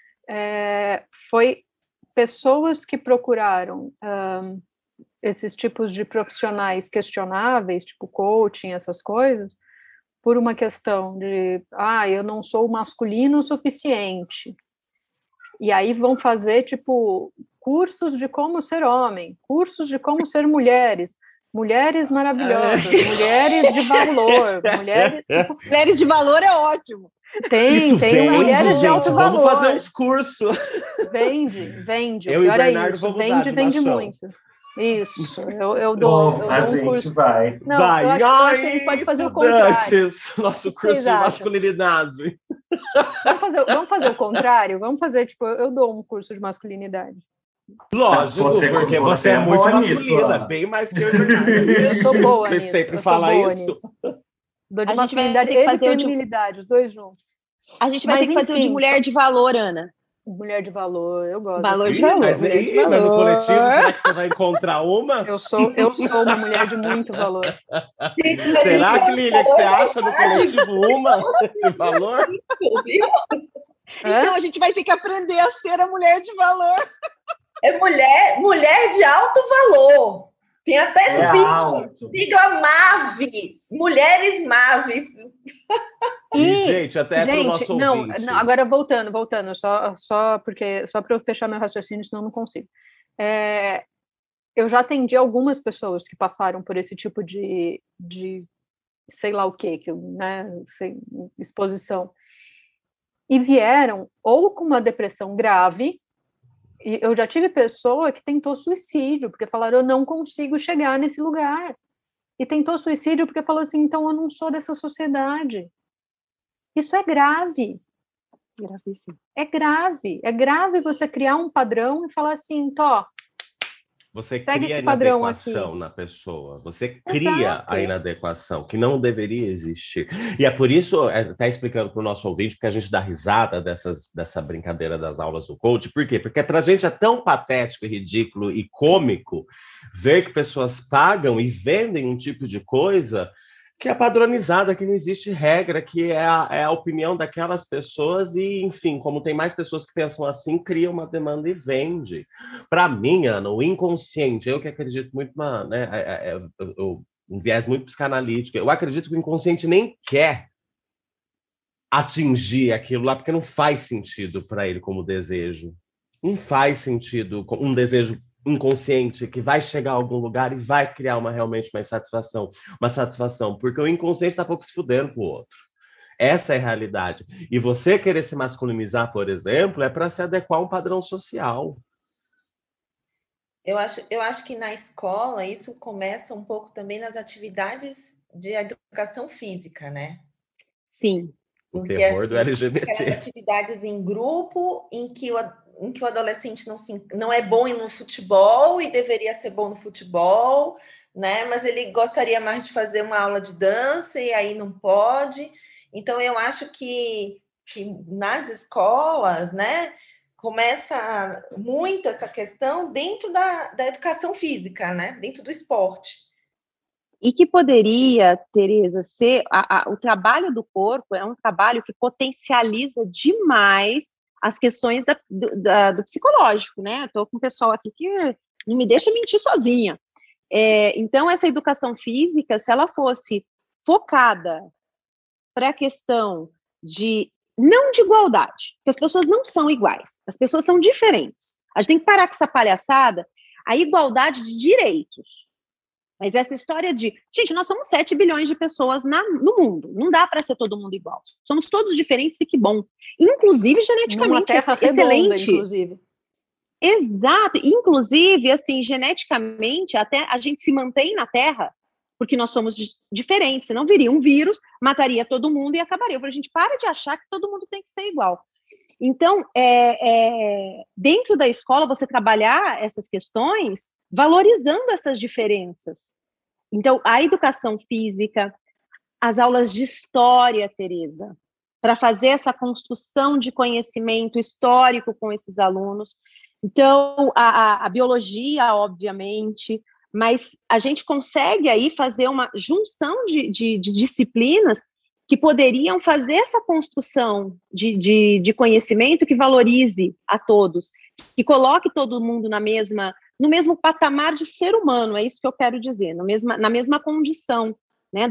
foi pessoas que procuraram esses tipos de profissionais questionáveis, tipo coaching, essas coisas, por uma questão de, eu não sou masculino o suficiente. E aí vão fazer, tipo, cursos de como ser homem, cursos de como ser mulheres maravilhosas, mulheres de valor, mulheres de valor é ótimo. Tem mulheres de alto valor. Vamos fazer uns cursos. Vende. Eu o pior e Bernardo é isso, vende muito. Isso, eu dou a gente curso. vai. Não, eu acho que a gente pode fazer o contrário. Nosso curso de masculinidade. Vamos fazer o contrário? Vamos fazer, tipo, eu dou um curso de masculinidade. Lógico, porque você é muito masculina, bem mais que eu. Eu sou boa nisso. A gente sempre fala isso. Dou de masculinidade e feminilidade, os dois juntos. A gente vai ter que fazer o de mulher de valor, Ana. Mulher de valor, eu gosto. Valor de Ih, valor. mas, mulher de mas no valor. coletivo, será que você vai encontrar uma? Eu sou uma mulher de muito valor. Será que, Lília, que você acha no coletivo uma de valor? Então a gente vai ter que aprender a ser a mulher de valor. É mulher de alto valor. Tem até sigla MAV, Mulheres MAVs. E, gente, até para o nosso ouvinte. Não, agora voltando, só para eu fechar meu raciocínio, senão eu não consigo. Eu já atendi algumas pessoas que passaram por esse tipo de sei lá o quê, né, exposição, e vieram ou com uma depressão grave. E eu já tive pessoa que tentou suicídio, porque falaram, eu não consigo chegar nesse lugar. E tentou suicídio porque falou assim, então eu não sou dessa sociedade. Isso é grave. Gravíssimo. É grave. É grave você criar um padrão e falar assim, você segue cria esse padrão inadequação aqui na pessoa. Você cria a inadequação, que não deveria existir. E é por isso, até explicando para o nosso ouvinte, porque a gente dá risada dessa brincadeira das aulas do coach. Por quê? Porque para a gente é tão patético, e ridículo e cômico ver que pessoas pagam e vendem um tipo de coisa que é padronizada, que não existe regra, que é a opinião daquelas pessoas e, enfim, como tem mais pessoas que pensam assim, cria uma demanda e vende. Para mim, Ana, o inconsciente, eu que acredito muito, um viés muito psicanalítico, eu acredito que o inconsciente nem quer atingir aquilo lá, porque não faz sentido para ele como desejo. Não faz sentido um desejo inconsciente que vai chegar a algum lugar e vai criar realmente uma satisfação, porque o inconsciente está pouco se fudendo pro outro. Essa é a realidade. E você querer se masculinizar, por exemplo, é para se adequar a um padrão social. Eu acho que na escola isso começa um pouco também nas atividades de educação física, né? Sim. O terror do LGBT. Aquelas atividades em grupo em que o adolescente não é bom no futebol e deveria ser bom no futebol, né? Mas ele gostaria mais de fazer uma aula de dança e aí não pode. Então, eu acho que nas escolas, né, começa muito essa questão dentro da educação física, né? Dentro do esporte. E que poderia, Tereza, ser... o trabalho do corpo é um trabalho que potencializa demais as questões do psicológico, né? Estou com um pessoal aqui que não me deixa mentir sozinha. Então, essa educação física, se ela fosse focada para a questão não de igualdade, porque as pessoas não são iguais, as pessoas são diferentes. A gente tem que parar com essa palhaçada, a igualdade de direitos. Mas essa história gente, nós somos 7 bilhões de pessoas no mundo. Não dá para ser todo mundo igual. Somos todos diferentes e que bom. Inclusive, geneticamente, excelente. Redonda, inclusive. Exato. Inclusive, assim, geneticamente, até a gente se mantém na Terra, porque nós somos diferentes. Senão viria um vírus, mataria todo mundo e acabaria. Eu falei, gente, para de achar que todo mundo tem que ser igual. Então, dentro da escola, você trabalhar essas questões valorizando essas diferenças. Então, a educação física, as aulas de história, Tereza, para fazer essa construção de conhecimento histórico com esses alunos. Então, a biologia, obviamente, mas a gente consegue aí fazer uma junção de disciplinas que poderiam fazer essa construção de conhecimento que valorize a todos, que coloque todo mundo no mesmo patamar de ser humano, é isso que eu quero dizer, na mesma condição, né,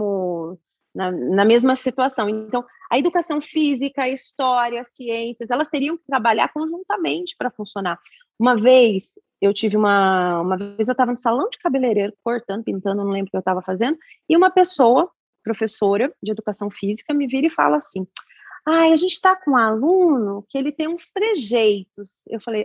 na mesma situação. Então, a educação física, a história, as ciências, elas teriam que trabalhar conjuntamente para funcionar. Uma vez eu tive uma vez eu estava no salão de cabeleireiro, cortando, pintando, não lembro o que eu estava fazendo, e uma pessoa, professora de educação física, me vira e fala assim, a gente está com um aluno que ele tem uns trejeitos. Eu falei,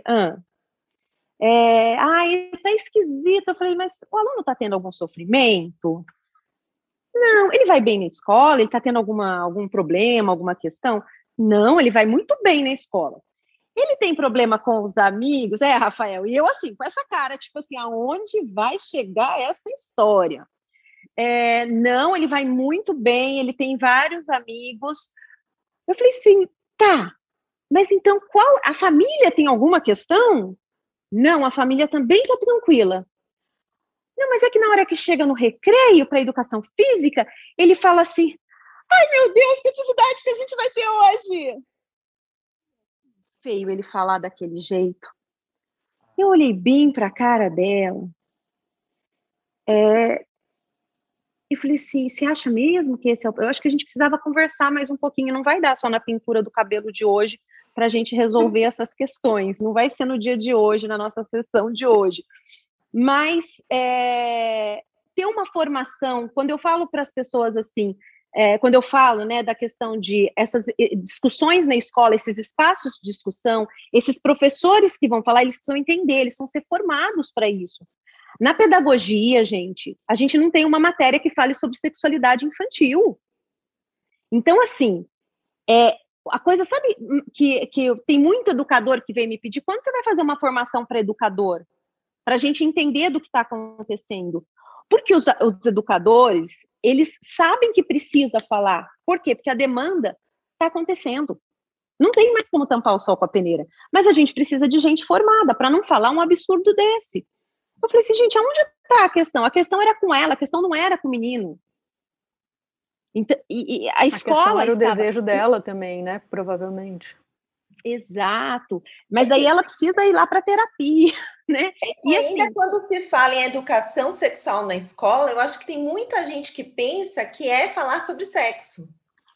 ele tá esquisito. Eu falei, mas o aluno tá tendo algum sofrimento? Não, ele vai bem na escola, ele tá tendo algum problema, alguma questão? Não, ele vai muito bem na escola. Ele tem problema com os amigos? Rafael, e eu assim, com essa cara, tipo assim, aonde vai chegar essa história? Não, ele vai muito bem, ele tem vários amigos. Eu falei assim, tá, Mas então, a família tem alguma questão? Não, a família também está tranquila. Não, mas é que na hora que chega no recreio para a educação física, ele fala assim, ai meu Deus, que atividade que a gente vai ter hoje? Feio ele falar daquele jeito. Eu olhei bem para a cara dela e falei assim, você acha mesmo que esse é o... Eu acho que a gente precisava conversar mais um pouquinho, não vai dar só na pintura do cabelo de hoje para a gente resolver essas questões, não vai ser no dia de hoje, na nossa sessão de hoje. Mas ter uma formação, quando eu falo para as pessoas assim, quando eu falo, né, da questão de essas discussões na escola, esses espaços de discussão, esses professores que vão falar, eles precisam entender, eles precisam ser formados para isso. Na pedagogia, a gente não tem uma matéria que fale sobre sexualidade infantil. Então, assim, a coisa, sabe, que tem muito educador que vem me pedir, quando você vai fazer uma formação para educador? Para a gente entender do que está acontecendo. Porque os educadores, eles sabem que precisa falar. Por quê? Porque a demanda está acontecendo. Não tem mais como tampar o sol com a peneira. Mas a gente precisa de gente formada para não falar um absurdo desse. Eu falei assim, gente, aonde está a questão? A questão era com ela, a questão não era com o menino. Então, a escola... A questão era o desejo dela também, né? Provavelmente. Exato. Mas daí ela precisa ir lá para terapia, né? E ainda assim, quando se fala em educação sexual na escola, eu acho que tem muita gente que pensa que é falar sobre sexo.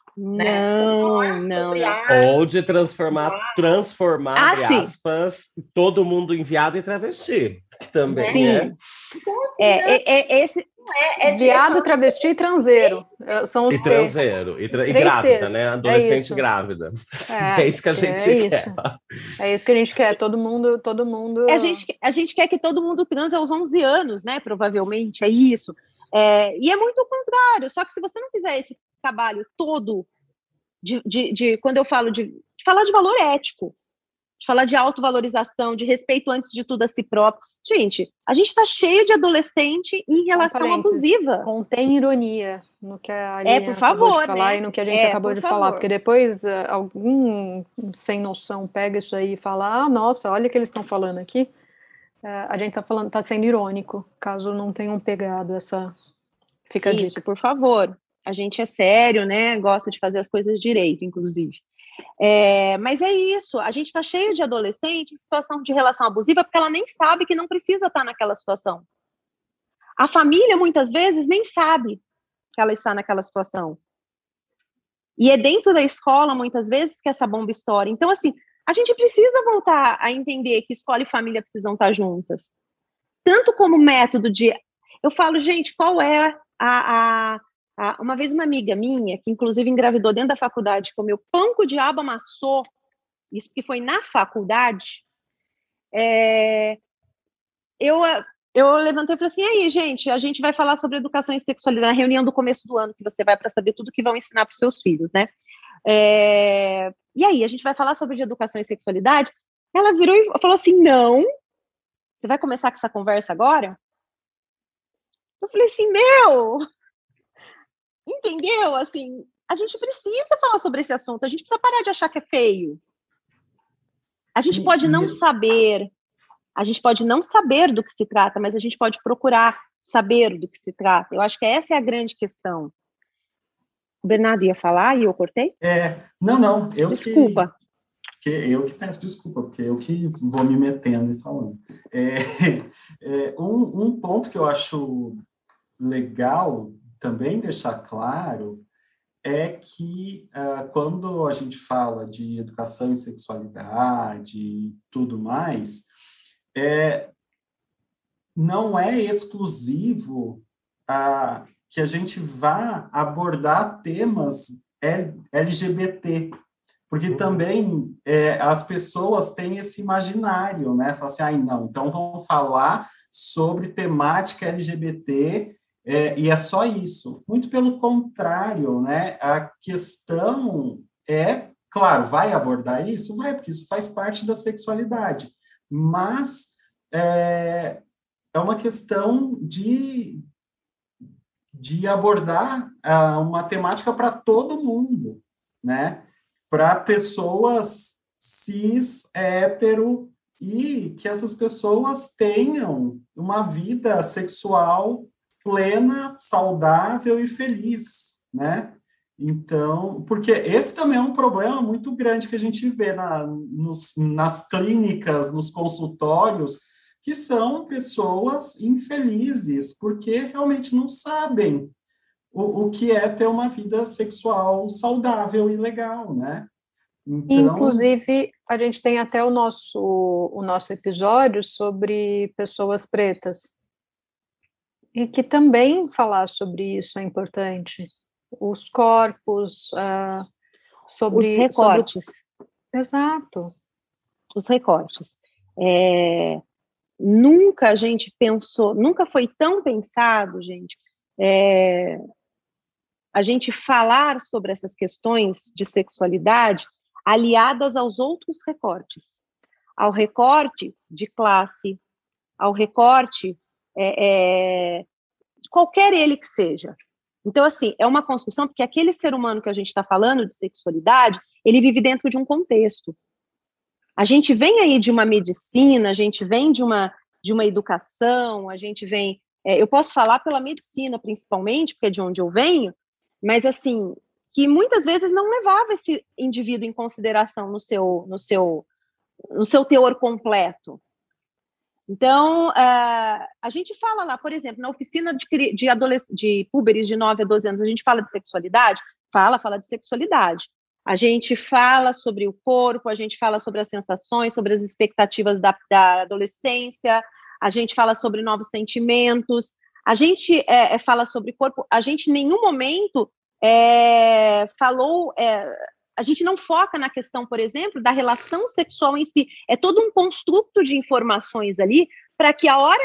Não. Ou de transformar entre aspas, todo mundo em viado e travesti, que também é. Esse... viado, travesti e transeiro. São os transeiro. E grávida, né? Adolescente grávida. É isso que a gente quer. É isso que a gente quer. Todo mundo... A gente quer que todo mundo transe aos 11 anos, né? Provavelmente, é isso. E é muito o contrário. Só que se você não fizer esse trabalho todo quando eu falo de falar de valor ético, de falar de autovalorização, de respeito antes de tudo a si próprio. Gente, a gente está cheio de adolescente em relação abusiva. Contém ironia no que a Aline por favor, acabou de falar, né? E no que a gente acabou de falar, porque depois algum sem noção pega isso aí e fala, nossa, olha o que eles estão falando aqui. A gente está sendo irônico, caso não tenham pegado essa... Fica a dica. Por favor. A gente é sério, né? Gosta de fazer as coisas direito, inclusive. Mas é isso, a gente está cheio de adolescente em situação de relação abusiva porque ela nem sabe que não precisa estar naquela situação. A família, muitas vezes, nem sabe que ela está naquela situação. E é dentro da escola, muitas vezes, que essa bomba estoura. Então, assim, a gente precisa voltar a entender que escola e família precisam estar juntas. Tanto como método de... Eu falo, gente, qual é uma vez uma amiga minha, que inclusive engravidou dentro da faculdade, comeu pão que o diabo amassou, isso que foi na faculdade, eu levantei e falei assim, aí, gente, a gente vai falar sobre educação e sexualidade na reunião do começo do ano, que você vai para saber tudo que vão ensinar para os seus filhos, né? E aí, a gente vai falar sobre educação e sexualidade? Ela virou e falou assim, não, você vai começar com essa conversa agora? Eu falei assim, entendeu? Assim, a gente precisa falar sobre esse assunto, a gente precisa parar de achar que é feio. A gente pode não saber do que se trata, mas a gente pode procurar saber do que se trata. Eu acho que essa é a grande questão. O Bernardo ia falar e eu cortei? Não. Desculpa. Eu que peço desculpa, porque eu que vou me metendo e falando. Um ponto que eu acho legal também deixar claro é que quando a gente fala de educação e sexualidade e tudo mais, não é exclusivo que a gente vá abordar temas LGBT, porque também as pessoas têm esse imaginário, né? Falam assim, não, então vamos falar sobre temática LGBT e é só isso. Muito pelo contrário, né? A questão claro, vai abordar isso? Vai, porque isso faz parte da sexualidade, mas é uma questão de abordar uma temática para todo mundo, né? Para pessoas cis, hétero, e que essas pessoas tenham uma vida sexual plena, saudável e feliz, né? Então, porque esse também é um problema muito grande que a gente vê nas clínicas, nos consultórios, que são pessoas infelizes, porque realmente não sabem o que é ter uma vida sexual saudável e legal, né? Então... Inclusive, a gente tem até o nosso episódio sobre pessoas pretas, e que também falar sobre isso é importante. Os corpos, sobre... Os recortes. Exato. Os recortes. Nunca a gente pensou, nunca foi tão pensado, gente, a gente falar sobre essas questões de sexualidade aliadas aos outros recortes. Ao recorte de classe, ao recorte... qualquer ele que seja. Então, assim, é uma construção, porque aquele ser humano que a gente está falando de sexualidade, ele vive dentro de um contexto. A gente vem aí de uma medicina, a gente vem de uma educação, a gente vem... eu posso falar pela medicina, principalmente, porque é de onde eu venho, mas, assim, que muitas vezes não levava esse indivíduo em consideração no seu teor completo. Então, a gente fala lá, por exemplo, na oficina de púberes de 9 a 12 anos, a gente fala de sexualidade? Fala de sexualidade. A gente fala sobre o corpo, a gente fala sobre as sensações, sobre as expectativas da adolescência, a gente fala sobre novos sentimentos, a gente fala sobre corpo, a gente em nenhum momento falou... a gente não foca na questão, por exemplo, da relação sexual em si. É todo um construto de informações ali para que a hora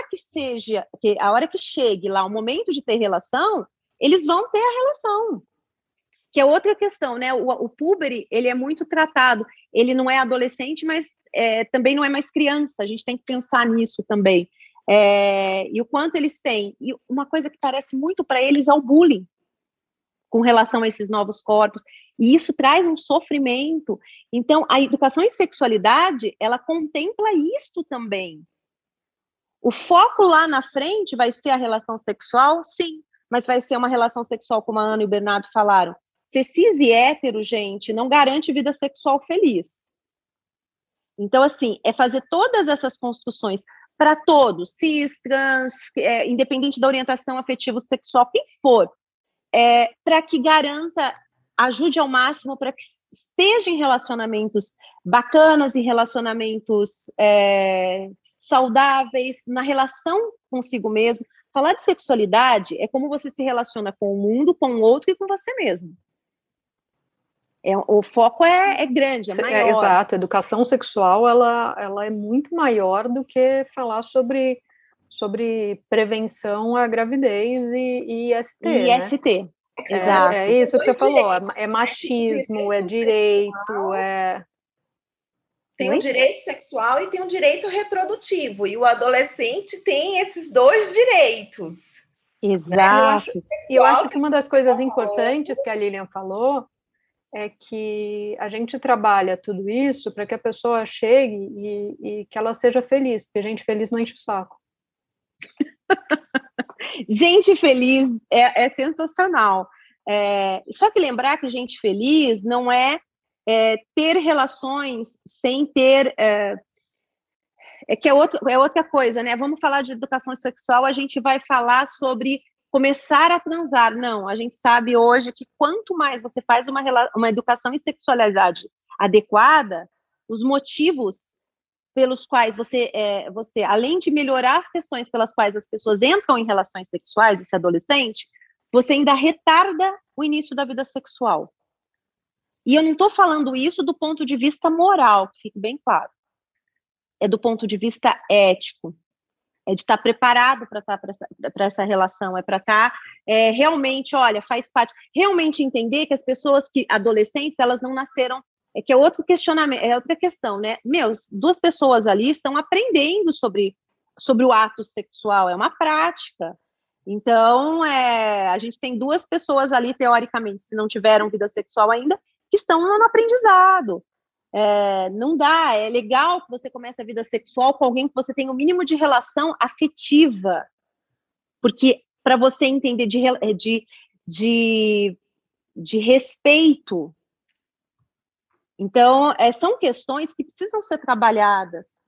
que chegue lá o momento de ter relação, eles vão ter a relação. Que é outra questão, né? O púbere, ele é muito tratado. Ele não é adolescente, mas também não é mais criança. A gente tem que pensar nisso também. E o quanto eles têm. E uma coisa que parece muito para eles é o bullying com relação a esses novos corpos, e isso traz um sofrimento. Então, a educação em sexualidade, ela contempla isto também. O foco lá na frente vai ser a relação sexual, sim, mas vai ser uma relação sexual, como a Ana e o Bernardo falaram. Ser cis e hétero, gente, não garante vida sexual feliz. Então, assim, é fazer todas essas construções para todos, cis, trans, independente da orientação afetivo-sexual, quem for, para que garanta, ajude ao máximo para que esteja em relacionamentos bacanas e relacionamentos saudáveis, na relação consigo mesmo. Falar de sexualidade é como você se relaciona com o mundo, com o outro e com você mesmo. O foco é grande, é maior. Exato, a educação sexual ela é muito maior do que falar sobre prevenção à gravidez e IST, né? IST, exato. É isso que você falou, é machismo, é direito, Tem um direito sexual e tem um direito reprodutivo, e o adolescente tem esses dois direitos. Exato. Eu acho que uma das coisas importantes que a Lilian falou é que a gente trabalha tudo isso para que a pessoa chegue e que ela seja feliz, porque gente feliz não enche o saco. Gente feliz é sensacional. Só que lembrar que gente feliz não é ter relações sem ter... que é outra coisa, né? Vamos falar de educação sexual, a gente vai falar sobre começar a transar. Não, a gente sabe hoje que quanto mais você faz uma educação em sexualidade adequada, os motivos pelos quais você, além de melhorar as questões pelas quais as pessoas entram em relações sexuais, esse adolescente, você ainda retarda o início da vida sexual. E eu não estou falando isso do ponto de vista moral, que fique bem claro. É do ponto de vista ético. É de estar preparado para estar para essa relação, para estar realmente, olha, faz parte, realmente entender que as pessoas adolescentes, elas não nasceram, que é outro questionamento, é outra questão, né? Duas pessoas ali estão aprendendo sobre o ato sexual, é uma prática. Então, a gente tem duas pessoas ali, teoricamente, se não tiveram vida sexual ainda, que estão no aprendizado. Não dá, é legal que você comece a vida sexual com alguém que você tem o mínimo de relação afetiva, porque para você entender de respeito. Então, são questões que precisam ser trabalhadas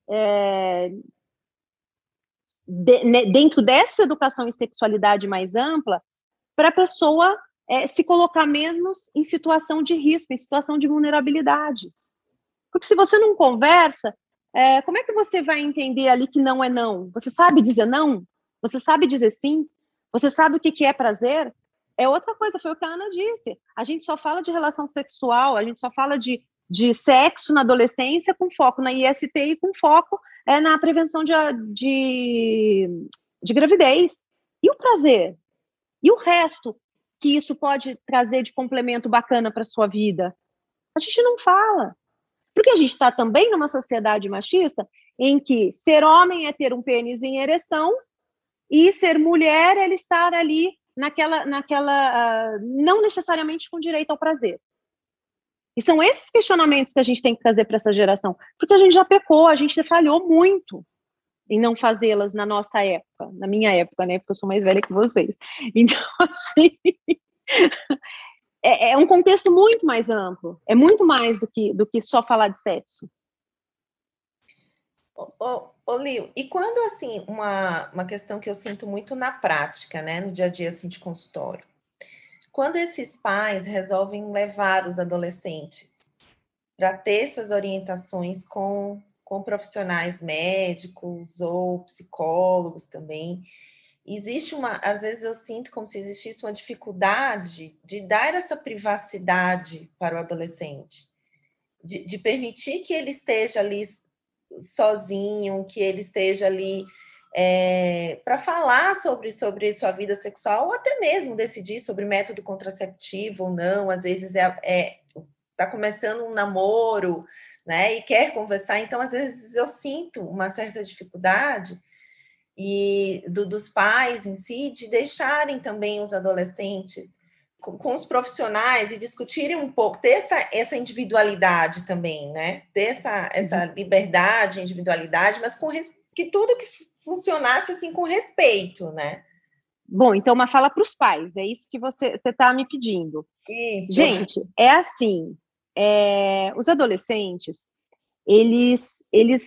dentro dessa educação em sexualidade mais ampla, para a pessoa se colocar menos em situação de risco, em situação de vulnerabilidade. Porque se você não conversa, como é que você vai entender ali que não é não? Você sabe dizer não? Você sabe dizer sim? Você sabe o que é prazer? É outra coisa, foi o que a Ana disse. A gente só fala de relação sexual, a gente só fala de sexo na adolescência com foco na IST e com foco na prevenção de gravidez. E o prazer? E o resto que isso pode trazer de complemento bacana para a sua vida? A gente não fala. Porque a gente está também numa sociedade machista em que ser homem é ter um pênis em ereção e ser mulher é estar ali naquela não necessariamente com direito ao prazer. E são esses questionamentos que a gente tem que trazer para essa geração, porque a gente já pecou, a gente falhou muito em não fazê-las na nossa época, na minha época, né, porque eu sou mais velha que vocês. Então, assim, é um contexto muito mais amplo, é muito mais do que só falar de sexo. Ô, Lio, e quando, assim, uma questão que eu sinto muito na prática, né, no dia a dia, assim, de consultório, quando esses pais resolvem levar os adolescentes para ter essas orientações com profissionais médicos ou psicólogos também, existe às vezes eu sinto como se existisse uma dificuldade de dar essa privacidade para o adolescente, de permitir que ele esteja ali sozinho, que ele esteja ali para falar sobre sua vida sexual, ou até mesmo decidir sobre método contraceptivo ou não. Às vezes está começando um namoro, né, e quer conversar, então às vezes eu sinto uma certa dificuldade dos pais em si de deixarem também os adolescentes com os profissionais e discutirem um pouco, ter essa individualidade também, né? Ter essa liberdade, individualidade, mas que tudo que funcionasse assim com respeito, né? Bom, então uma fala para os pais, é isso que você está me pedindo. Isso. Gente, é assim, os adolescentes, eles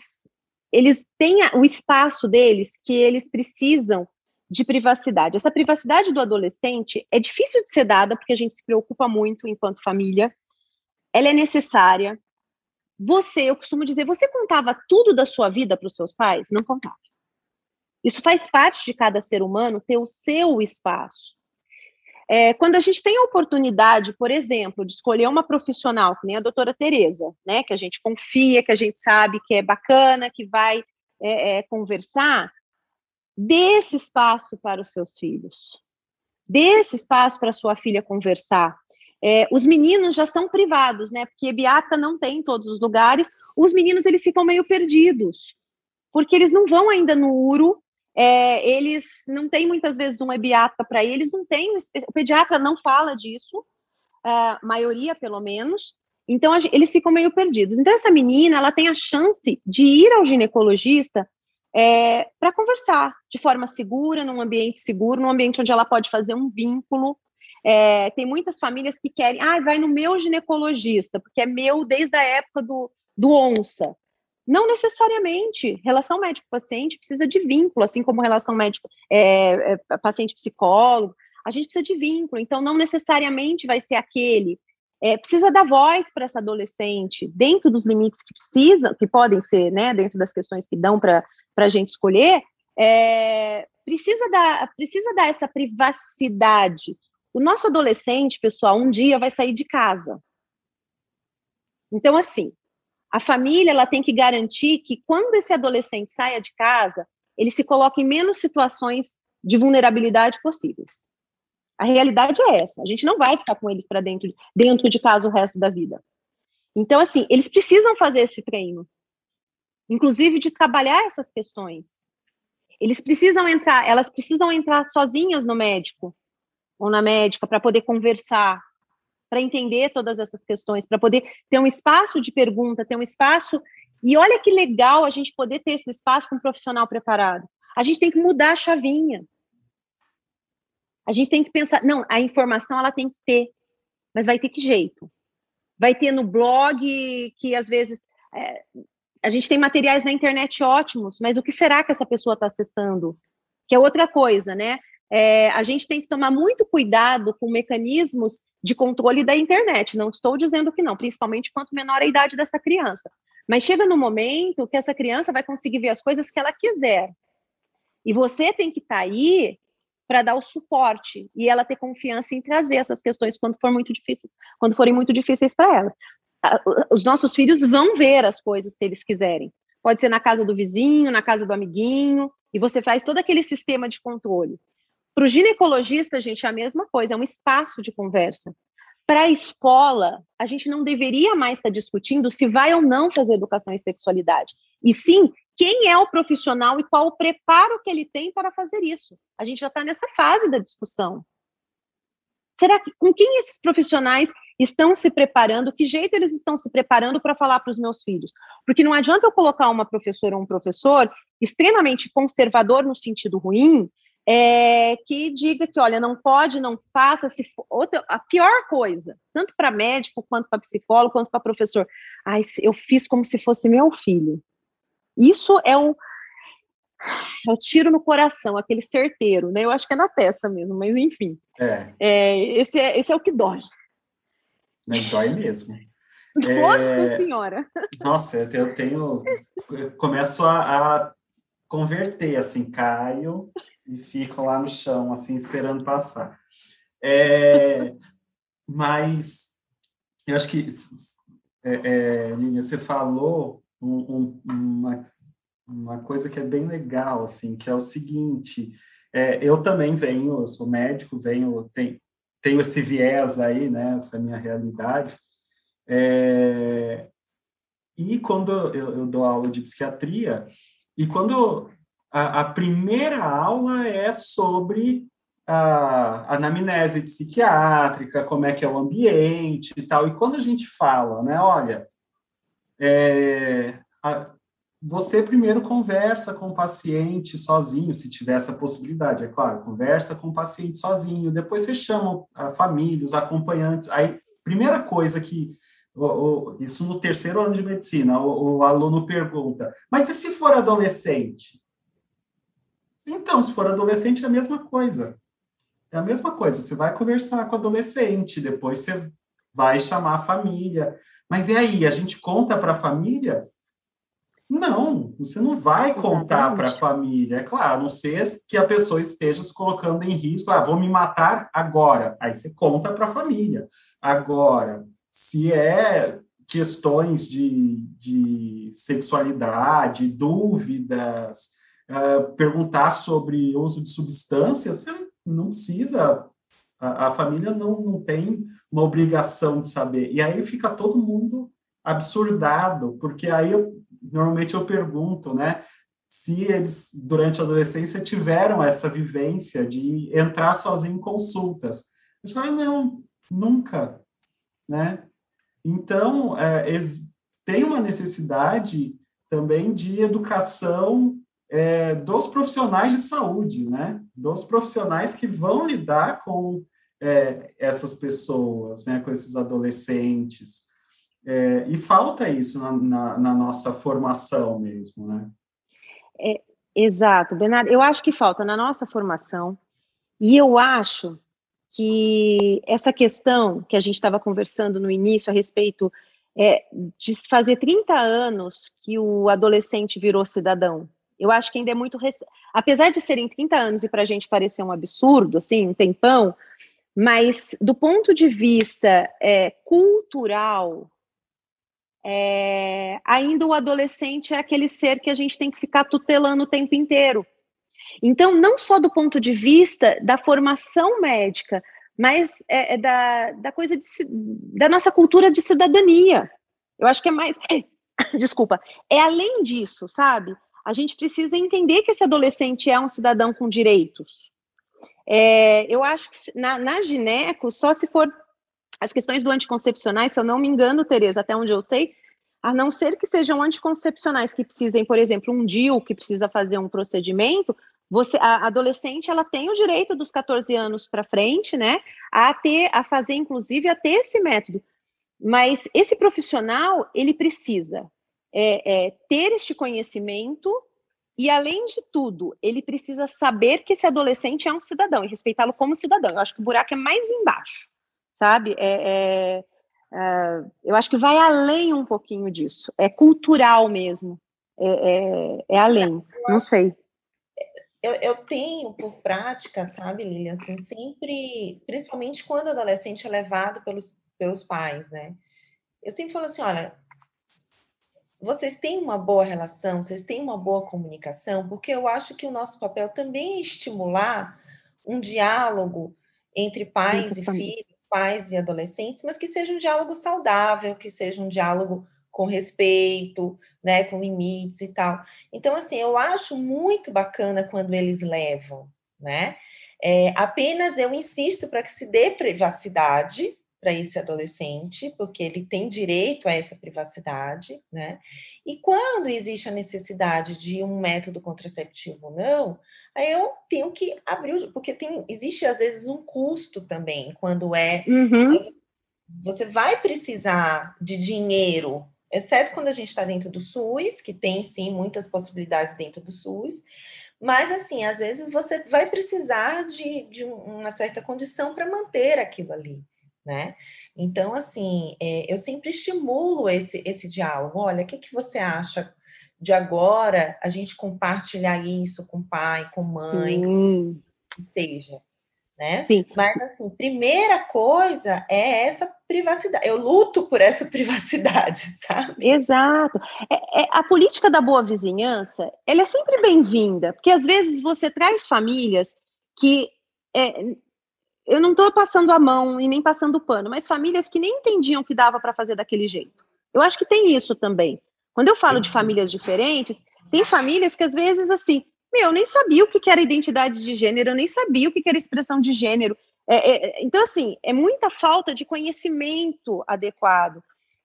têm o espaço deles que eles precisam de privacidade. Essa privacidade do adolescente é difícil de ser dada, porque a gente se preocupa muito enquanto família, ela é necessária. Eu costumo dizer, você contava tudo da sua vida para os seus pais? Não contava. Isso faz parte de cada ser humano ter o seu espaço. Quando a gente tem a oportunidade, por exemplo, de escolher uma profissional, que nem a doutora Tereza, né, que a gente confia, que a gente sabe que é bacana, que vai conversar, dê esse espaço para os seus filhos. Dê esse espaço para a sua filha conversar. Os meninos já são privados, né, porque EBIATA não tem em todos os lugares. Os meninos, eles ficam meio perdidos, porque eles não vão ainda no URO, eles não têm muitas vezes um EBIATA para eles, não tem, o pediatra não fala disso, a maioria pelo menos, então eles ficam meio perdidos. Então essa menina, ela tem a chance de ir ao ginecologista para conversar de forma segura, num ambiente seguro, num ambiente onde ela pode fazer um vínculo. Tem muitas famílias que querem, vai no meu ginecologista, porque é meu desde a época do onça. Não necessariamente. Relação médico-paciente precisa de vínculo, assim como relação médico-paciente-psicólogo. A gente precisa de vínculo, então não necessariamente vai ser aquele. Precisa dar voz para essa adolescente, dentro dos limites que podem ser, né, dentro das questões que dão para a gente escolher, precisa dar essa privacidade. O nosso adolescente, pessoal, um dia vai sair de casa. Então, assim, a família, ela tem que garantir que quando esse adolescente saia de casa, ele se coloque em menos situações de vulnerabilidade possíveis. A realidade é essa. A gente não vai ficar com eles para dentro de casa o resto da vida. Então, assim, eles precisam fazer esse treino, inclusive de trabalhar essas questões. Elas precisam entrar sozinhas no médico ou na médica para poder conversar. para entender todas essas questões, para poder ter um espaço de pergunta, ter um espaço... E olha que legal a gente poder ter esse espaço com um profissional preparado. A gente tem que mudar a chavinha. A gente tem que pensar, não, a informação ela tem que ter, mas vai ter que jeito? Vai ter no blog que às vezes... a gente tem materiais na internet ótimos, mas o que será que essa pessoa está acessando? Que é outra coisa, né? A gente tem que tomar muito cuidado com mecanismos de controle da internet. Não estou dizendo que não, principalmente quanto menor a idade dessa criança. Mas chega no momento que essa criança vai conseguir ver as coisas que ela quiser. E você tem que estar aí para dar o suporte e ela ter confiança em trazer essas questões quando forem muito difíceis para elas. Os nossos filhos vão ver as coisas se eles quiserem. Pode ser na casa do vizinho, na casa do amiguinho, e você faz todo aquele sistema de controle. Para o ginecologista, gente, é a mesma coisa, é um espaço de conversa. Para a escola, a gente não deveria mais estar discutindo se vai ou não fazer educação em sexualidade. E sim, quem é o profissional e qual o preparo que ele tem para fazer isso. A gente já está nessa fase da discussão. Será que com quem esses profissionais estão se preparando? Que jeito eles estão se preparando para falar para os meus filhos? Porque não adianta eu colocar uma professora ou um professor extremamente conservador no sentido ruim, que diga que, olha, não pode, não faça, a pior coisa, tanto para médico, quanto para psicólogo, quanto para professor. Eu fiz como se fosse meu filho. Isso é o tiro no coração, aquele certeiro, né? Eu acho que é na testa mesmo, mas enfim. Esse é o que dói. Dói mesmo. Nossa Senhora! Nossa, eu começo a converter, assim, caio e fico lá no chão, assim, esperando passar. Mas eu acho que, Línia, você falou uma coisa que é bem legal, assim, que é o seguinte, eu também eu sou médico, tenho esse viés aí, né, essa minha realidade, e quando eu dou aula de psiquiatria, e quando a primeira aula é sobre a anamnese psiquiátrica, como é que é o ambiente e tal, e quando a gente fala, né, olha, você primeiro conversa com o paciente sozinho, se tiver essa possibilidade, é claro, conversa com o paciente sozinho, depois você chama a família, os acompanhantes, aí, primeira coisa que, isso no 3º ano de medicina, o aluno pergunta, mas e se for adolescente? Então, se for adolescente, é a mesma coisa. É a mesma coisa, você vai conversar com o adolescente, depois você vai chamar a família, mas e aí, a gente conta para a família? Não, você não vai contar para a família, é claro, a não ser que a pessoa esteja se colocando em risco, vou me matar agora, aí você conta para a família. Agora, se questões de sexualidade, dúvidas, perguntar sobre uso de substâncias, você não precisa, a família não tem uma obrigação de saber, e aí fica todo mundo absurdado, porque aí normalmente eu pergunto, né, se eles, durante a adolescência, tiveram essa vivência de entrar sozinho em consultas. Eles falam, não, nunca, né? Então, tem uma necessidade também de educação dos profissionais de saúde, né? Dos profissionais que vão lidar com essas pessoas, né? Com esses adolescentes. E falta isso na nossa formação mesmo, né? Exato, Bernardo. Eu acho que falta na nossa formação, e eu acho que essa questão que a gente estava conversando no início a respeito de fazer 30 anos que o adolescente virou cidadão, eu acho que ainda é muito... Apesar de serem 30 anos e para a gente parecer um absurdo, assim, um tempão, mas do ponto de vista cultural... ainda o adolescente é aquele ser que a gente tem que ficar tutelando o tempo inteiro. Então, não só do ponto de vista da formação médica, mas da coisa da nossa cultura de cidadania. Eu acho que é mais... Desculpa. Além disso, sabe? A gente precisa entender que esse adolescente é um cidadão com direitos. Eu acho que na gineco, só se for as questões do anticoncepcionais, se eu não me engano, Tereza, até onde eu sei, a não ser que sejam anticoncepcionais que precisem, por exemplo, um DIU que precisa fazer um procedimento, a adolescente, ela tem o direito dos 14 anos para frente, né, a fazer, inclusive, a ter esse método. Mas esse profissional, ele precisa ter este conhecimento e, além de tudo, ele precisa saber que esse adolescente é um cidadão e respeitá-lo como cidadão. Eu acho que o buraco é mais embaixo, sabe? Eu acho que vai além um pouquinho disso. É cultural mesmo. É além. Não sei. Eu tenho por prática, sabe, Lilian, assim, sempre, principalmente quando o adolescente é levado pelos pais, né? Eu sempre falo assim, olha, vocês têm uma boa relação, vocês têm uma boa comunicação, porque eu acho que o nosso papel também é estimular um diálogo entre pais e filhos, pais e adolescentes, mas que seja um diálogo saudável, que seja um diálogo com respeito, né, com limites e tal. Então, assim, eu acho muito bacana quando eles levam, né? Apenas eu insisto para que se dê privacidade para esse adolescente, porque ele tem direito a essa privacidade, né? E quando existe a necessidade de um método contraceptivo ou não, aí eu tenho que abrir, porque existe às vezes um custo também, quando você vai precisar de dinheiro, exceto quando a gente está dentro do SUS, que tem sim muitas possibilidades dentro do SUS, mas assim, às vezes você vai precisar de uma certa condição para manter aquilo ali, né? Então, assim, eu sempre estimulo esse diálogo. Olha, o que você acha de agora a gente compartilhar isso com pai, com mãe, com que esteja, né? Sim. Mas, assim, primeira coisa é essa privacidade. Eu luto por essa privacidade, sabe? Exato. A política da boa vizinhança, ela é sempre bem-vinda, porque às vezes você traz famílias que... eu não estou passando a mão e nem passando o pano, mas famílias que nem entendiam que dava para fazer daquele jeito. Eu acho que tem isso também. Quando eu falo de famílias diferentes, tem famílias que às vezes, assim, eu nem sabia o que era identidade de gênero, eu nem sabia o que era expressão de gênero. Então, assim, é muita falta de conhecimento adequado.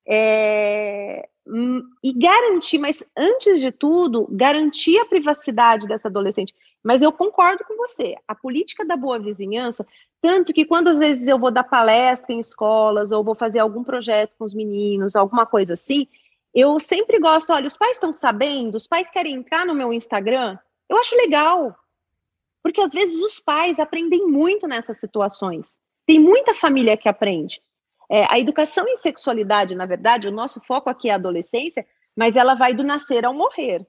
E garantir, mas antes de tudo, garantir a privacidade dessa adolescente. Mas eu concordo com você, a política da boa vizinhança, tanto que quando às vezes eu vou dar palestra em escolas, ou vou fazer algum projeto com os meninos, alguma coisa assim, eu sempre gosto, olha, os pais estão sabendo, os pais querem entrar no meu Instagram, eu acho legal, porque às vezes os pais aprendem muito nessas situações, tem muita família que aprende. A educação em sexualidade, na verdade, o nosso foco aqui é a adolescência, mas ela vai do nascer ao morrer.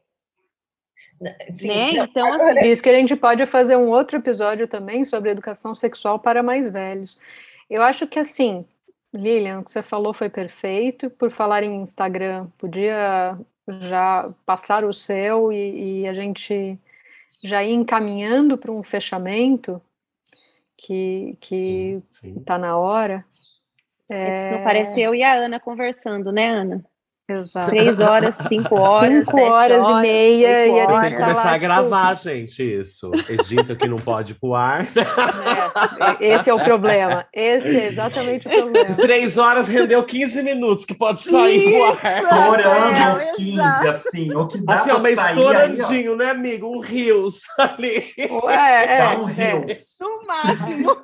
Sim, né? Então, assim, por isso que a gente pode fazer um outro episódio também sobre educação sexual para mais velhos. Eu acho que, assim, Lilian, o que você falou foi perfeito. Por falar em Instagram, podia já passar o seu e a gente já ir encaminhando para um fechamento que está na hora. Não parece eu e a Ana conversando, né, Ana? Exato. 3 horas, 5 horas, 5 horas e meia. E a gente tem que começar a gravar, gente, isso. Edita que não pode ir pro ar. Esse é o problema. Esse é exatamente o problema. 3 horas rendeu 15 minutos, que pode sair pro ar. Estourando uns 15, assim. O que dá assim, pra mas sair estourandinho, aí, né, amigo? Um rios ali. Dá um rios. No máximo.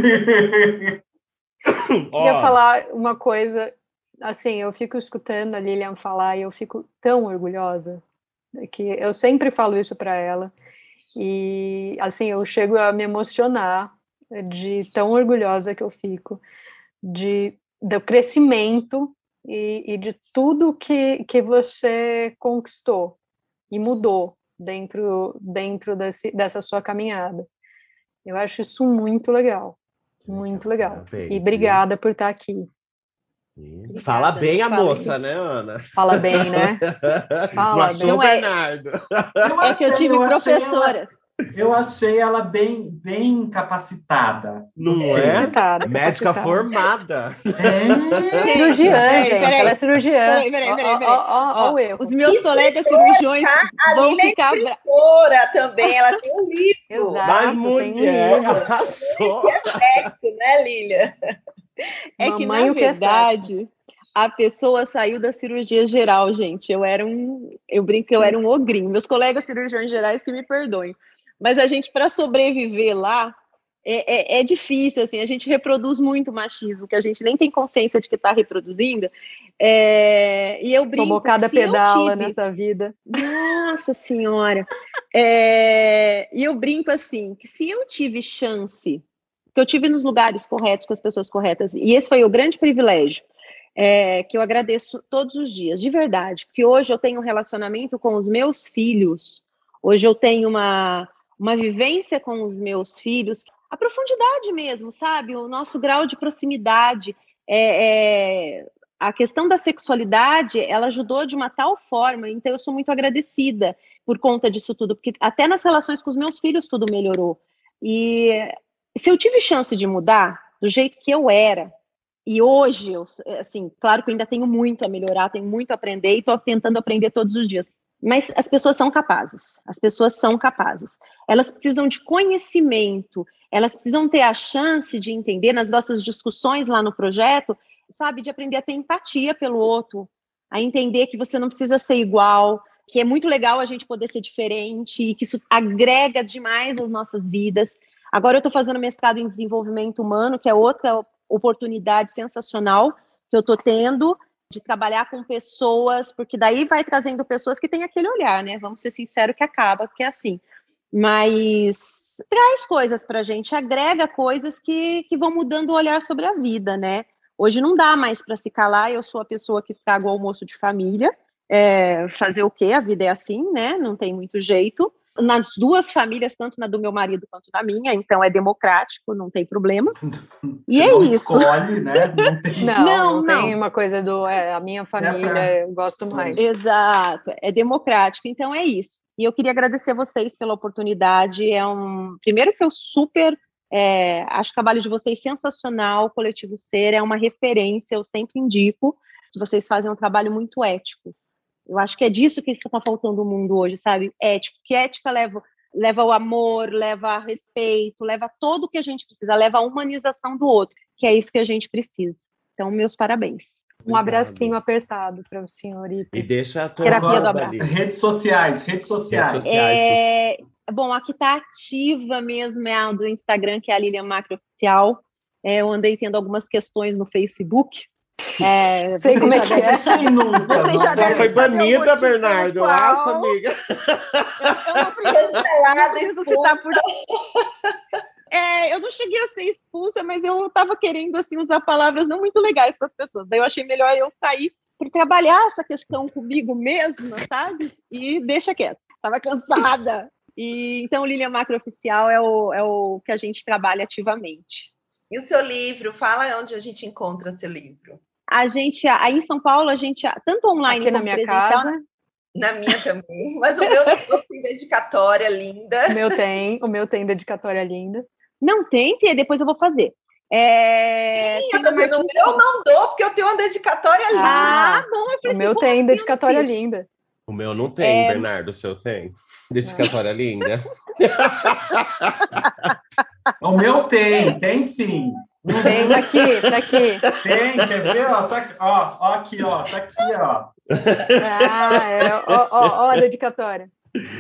Queria falar uma coisa, assim, eu fico escutando a Lilian falar e eu fico tão orgulhosa, que eu sempre falo isso para ela, e assim, eu chego a me emocionar de tão orgulhosa que eu fico do crescimento e de tudo que você conquistou e mudou dentro dessa sua caminhada. Eu acho isso muito legal. Muito legal. Parabéns, e obrigada por estar aqui. Obrigada. Fala bem a moça, né, Ana? Fala bem, né? Fala bem. Não Bernardo. Que eu tive professora. Eu achei ela bem capacitada. Não capacitada, é? Médica formada. Cirurgiã, gente. Ela é cirurgiã. Peraí. Ó o erro. Os meus colegas cirurgiões vão ficar bravos. Também, ela tem um livro. Exato, Mas mulher, tem um livro. arrasou. Que é sexo, né, Lilia? É que, na verdade, a pessoa saiu da cirurgia geral, gente. Eu brinco que eu era um ogrinho. Meus colegas cirurgiões gerais que me perdoem. Mas a gente, para sobreviver lá, é difícil, assim. A gente reproduz muito machismo, que a gente nem tem consciência de que está reproduzindo. E eu brinco... Tomou cada pedala nessa vida. Nossa Senhora! E eu brinco, assim, que se eu tive chance... que eu tive nos lugares corretos, com as pessoas corretas, e esse foi o grande privilégio, que eu agradeço todos os dias, de verdade, porque hoje eu tenho um relacionamento com os meus filhos, hoje eu tenho uma vivência com os meus filhos, a profundidade mesmo, sabe? O nosso grau de proximidade, a questão da sexualidade, ela ajudou de uma tal forma, então eu sou muito agradecida por conta disso tudo, porque até nas relações com os meus filhos tudo melhorou, e... Se eu tive chance de mudar do jeito que eu era, e hoje, assim, claro que eu ainda tenho muito a melhorar, tenho muito a aprender, e estou tentando aprender todos os dias, mas as pessoas são capazes, elas precisam de conhecimento, elas precisam ter a chance de entender, nas nossas discussões lá no projeto, sabe, de aprender a ter empatia pelo outro, a entender que você não precisa ser igual, que é muito legal a gente poder ser diferente, e que isso agrega demais as nossas vidas. Agora eu estou fazendo mestrado em desenvolvimento humano, que é outra oportunidade sensacional que eu estou tendo de trabalhar com pessoas, porque daí vai trazendo pessoas que têm aquele olhar, né? Vamos ser sinceros que acaba, porque é assim. Mas traz coisas para a gente, agrega coisas que vão mudando o olhar sobre a vida, né? Hoje não dá mais para se calar, eu sou a pessoa que estraga o almoço de família. Fazer o quê? A vida é assim, né? Não tem muito jeito. Nas duas famílias, tanto na do meu marido quanto na minha, então é democrático, não tem problema. E é isso. Escolhe, né? Não tem uma coisa a minha família, eu gosto mais. Exato, é democrático, então é isso. E eu queria agradecer vocês pela oportunidade. Primeiro que eu super acho o trabalho de vocês sensacional, o Coletivo Ser é uma referência, eu sempre indico que vocês fazem um trabalho muito ético. Eu acho que é disso que está faltando no mundo hoje, sabe? Ético. Que ética leva ao amor, leva a respeito, leva todo o que a gente precisa, leva a humanização do outro, que é isso que a gente precisa. Então, meus parabéns. Um abracinho apertado para o senhor. E deixa a tua terapia do abraço. Redes sociais. Bom, a que está ativa mesmo é a do Instagram, que é a Lilian Macri Oficial. Eu andei tendo algumas questões no Facebook. Sei como é que é. Você já foi banida, Bernardo, eu acho, amiga. Eu não cheguei a ser expulsa, mas eu estava querendo assim, usar palavras não muito legais com as pessoas. Daí eu achei melhor eu sair para trabalhar essa questão comigo mesma, sabe? E deixa quieto. Estava cansada. Então, Lilian Macri Oficial é o que a gente trabalha ativamente. E o seu livro? Fala onde a gente encontra seu livro. Aí em São Paulo, tanto online aqui como na minha presencial... casa. Na minha também, mas o meu tem dedicatória linda. O meu tem dedicatória linda. Não tem, depois eu vou fazer. Eu não dou, porque eu tenho uma dedicatória linda. Bom, o meu tem dedicatória linda. O meu não tem, Bernardo, o seu tem? Dedicatória linda. O meu tem sim. Tem, tá aqui. Tem, quer ver? Ó, aqui, ó. Tá aqui, ó. Ó a dedicatória.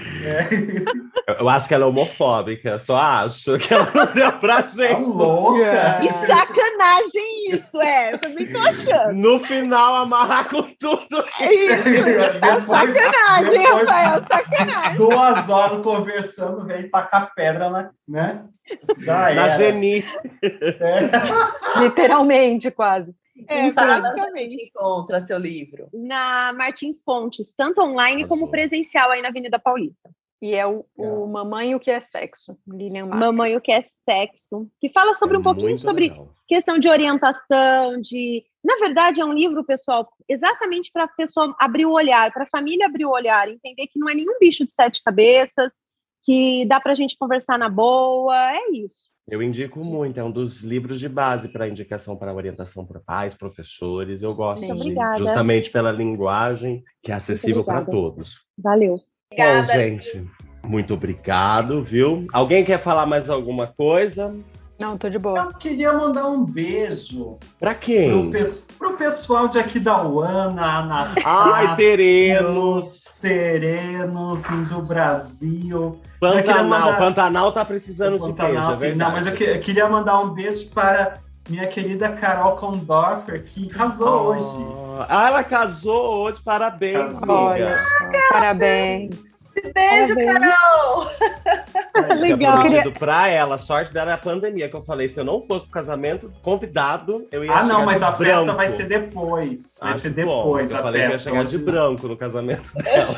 Eu acho que ela é homofóbica, só acho que ela não deu pra gente. Tá louca! Que sacanagem isso, Eu também tô achando. No final, amarrar com tudo. Tá sacanagem, Rafael, sacanagem. 2 horas conversando, veio tacar pedra né? Já na Geni. Literalmente, quase. Fala onde a gente encontra seu livro. Na Martins Fontes, tanto online como presencial aí na Avenida Paulista. E é o Mamãe o que é Sexo, Lilian Macri. Mamãe o que é Sexo, que fala sobre um pouquinho sobre questão de orientação, Na verdade, é um livro, pessoal, exatamente para a pessoa abrir o olhar, para a família abrir o olhar, entender que não é nenhum bicho de 7 cabeças, que dá para a gente conversar na boa, é isso. Eu indico muito, é um dos livros de base para indicação para orientação para pais, professores. Eu gosto justamente pela linguagem que é acessível para todos. Valeu. Bom, gente, muito obrigado, viu? Alguém quer falar mais alguma coisa? Não, tô de boa. Eu queria mandar um beijo. Pra quem? Pro pessoal de aqui da UANA, Anastácio. Ai, Terenos do Brasil. Pantanal tá precisando de beijo, é verdade. Não, mas eu queria mandar um beijo para minha querida Carol Kondorfer, que casou hoje. Ela casou hoje, parabéns, amiga. Parabéns. Beijo, Carol! Legal. Pra ela, a sorte dela é a pandemia, que eu falei, se eu não fosse pro casamento, convidado, eu ia chegar não, mas a branco. Festa vai ser depois. Vai ser depois eu a falei festa. Que ia chegar de branco no casamento dela.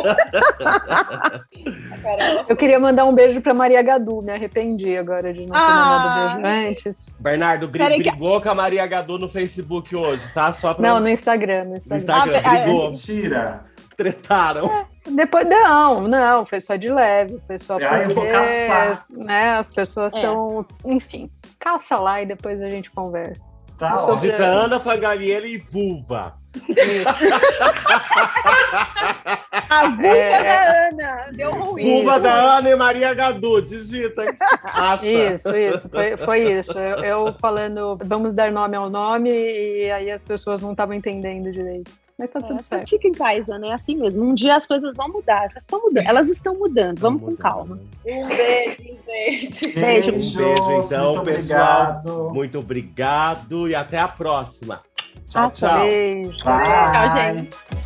Eu queria mandar um beijo pra Maria Gadu, me arrependi agora de não ter mandado beijo antes. Bernardo, brigou com a Maria Gadu no Facebook hoje, tá? Só pra... Não, no Instagram. No Instagram, brigou. Mentira. Tretaram. Depois, não, foi só de leve, foi só porque, eu vou caçar. Né, as pessoas estão, enfim, caça lá e depois a gente conversa. Tá, Visita Ana Fangaliele e Vulva. A vulva da Ana, deu ruim. Vulva da Ana e Maria Gadu, digita. Isso, foi isso. Eu falando, vamos dar nome ao nome, e aí as pessoas não estavam entendendo direito. Mas tá tudo certo. Fica em paz, Ana, é assim mesmo. Um dia as coisas vão mudar, elas estão mudando. Vamos com calma. Um beijo, gente. Beijo. Um beijo, então, muito pessoal. Obrigado. Muito obrigado e até a próxima. Tchau, Beijo. Bye. Tchau, gente.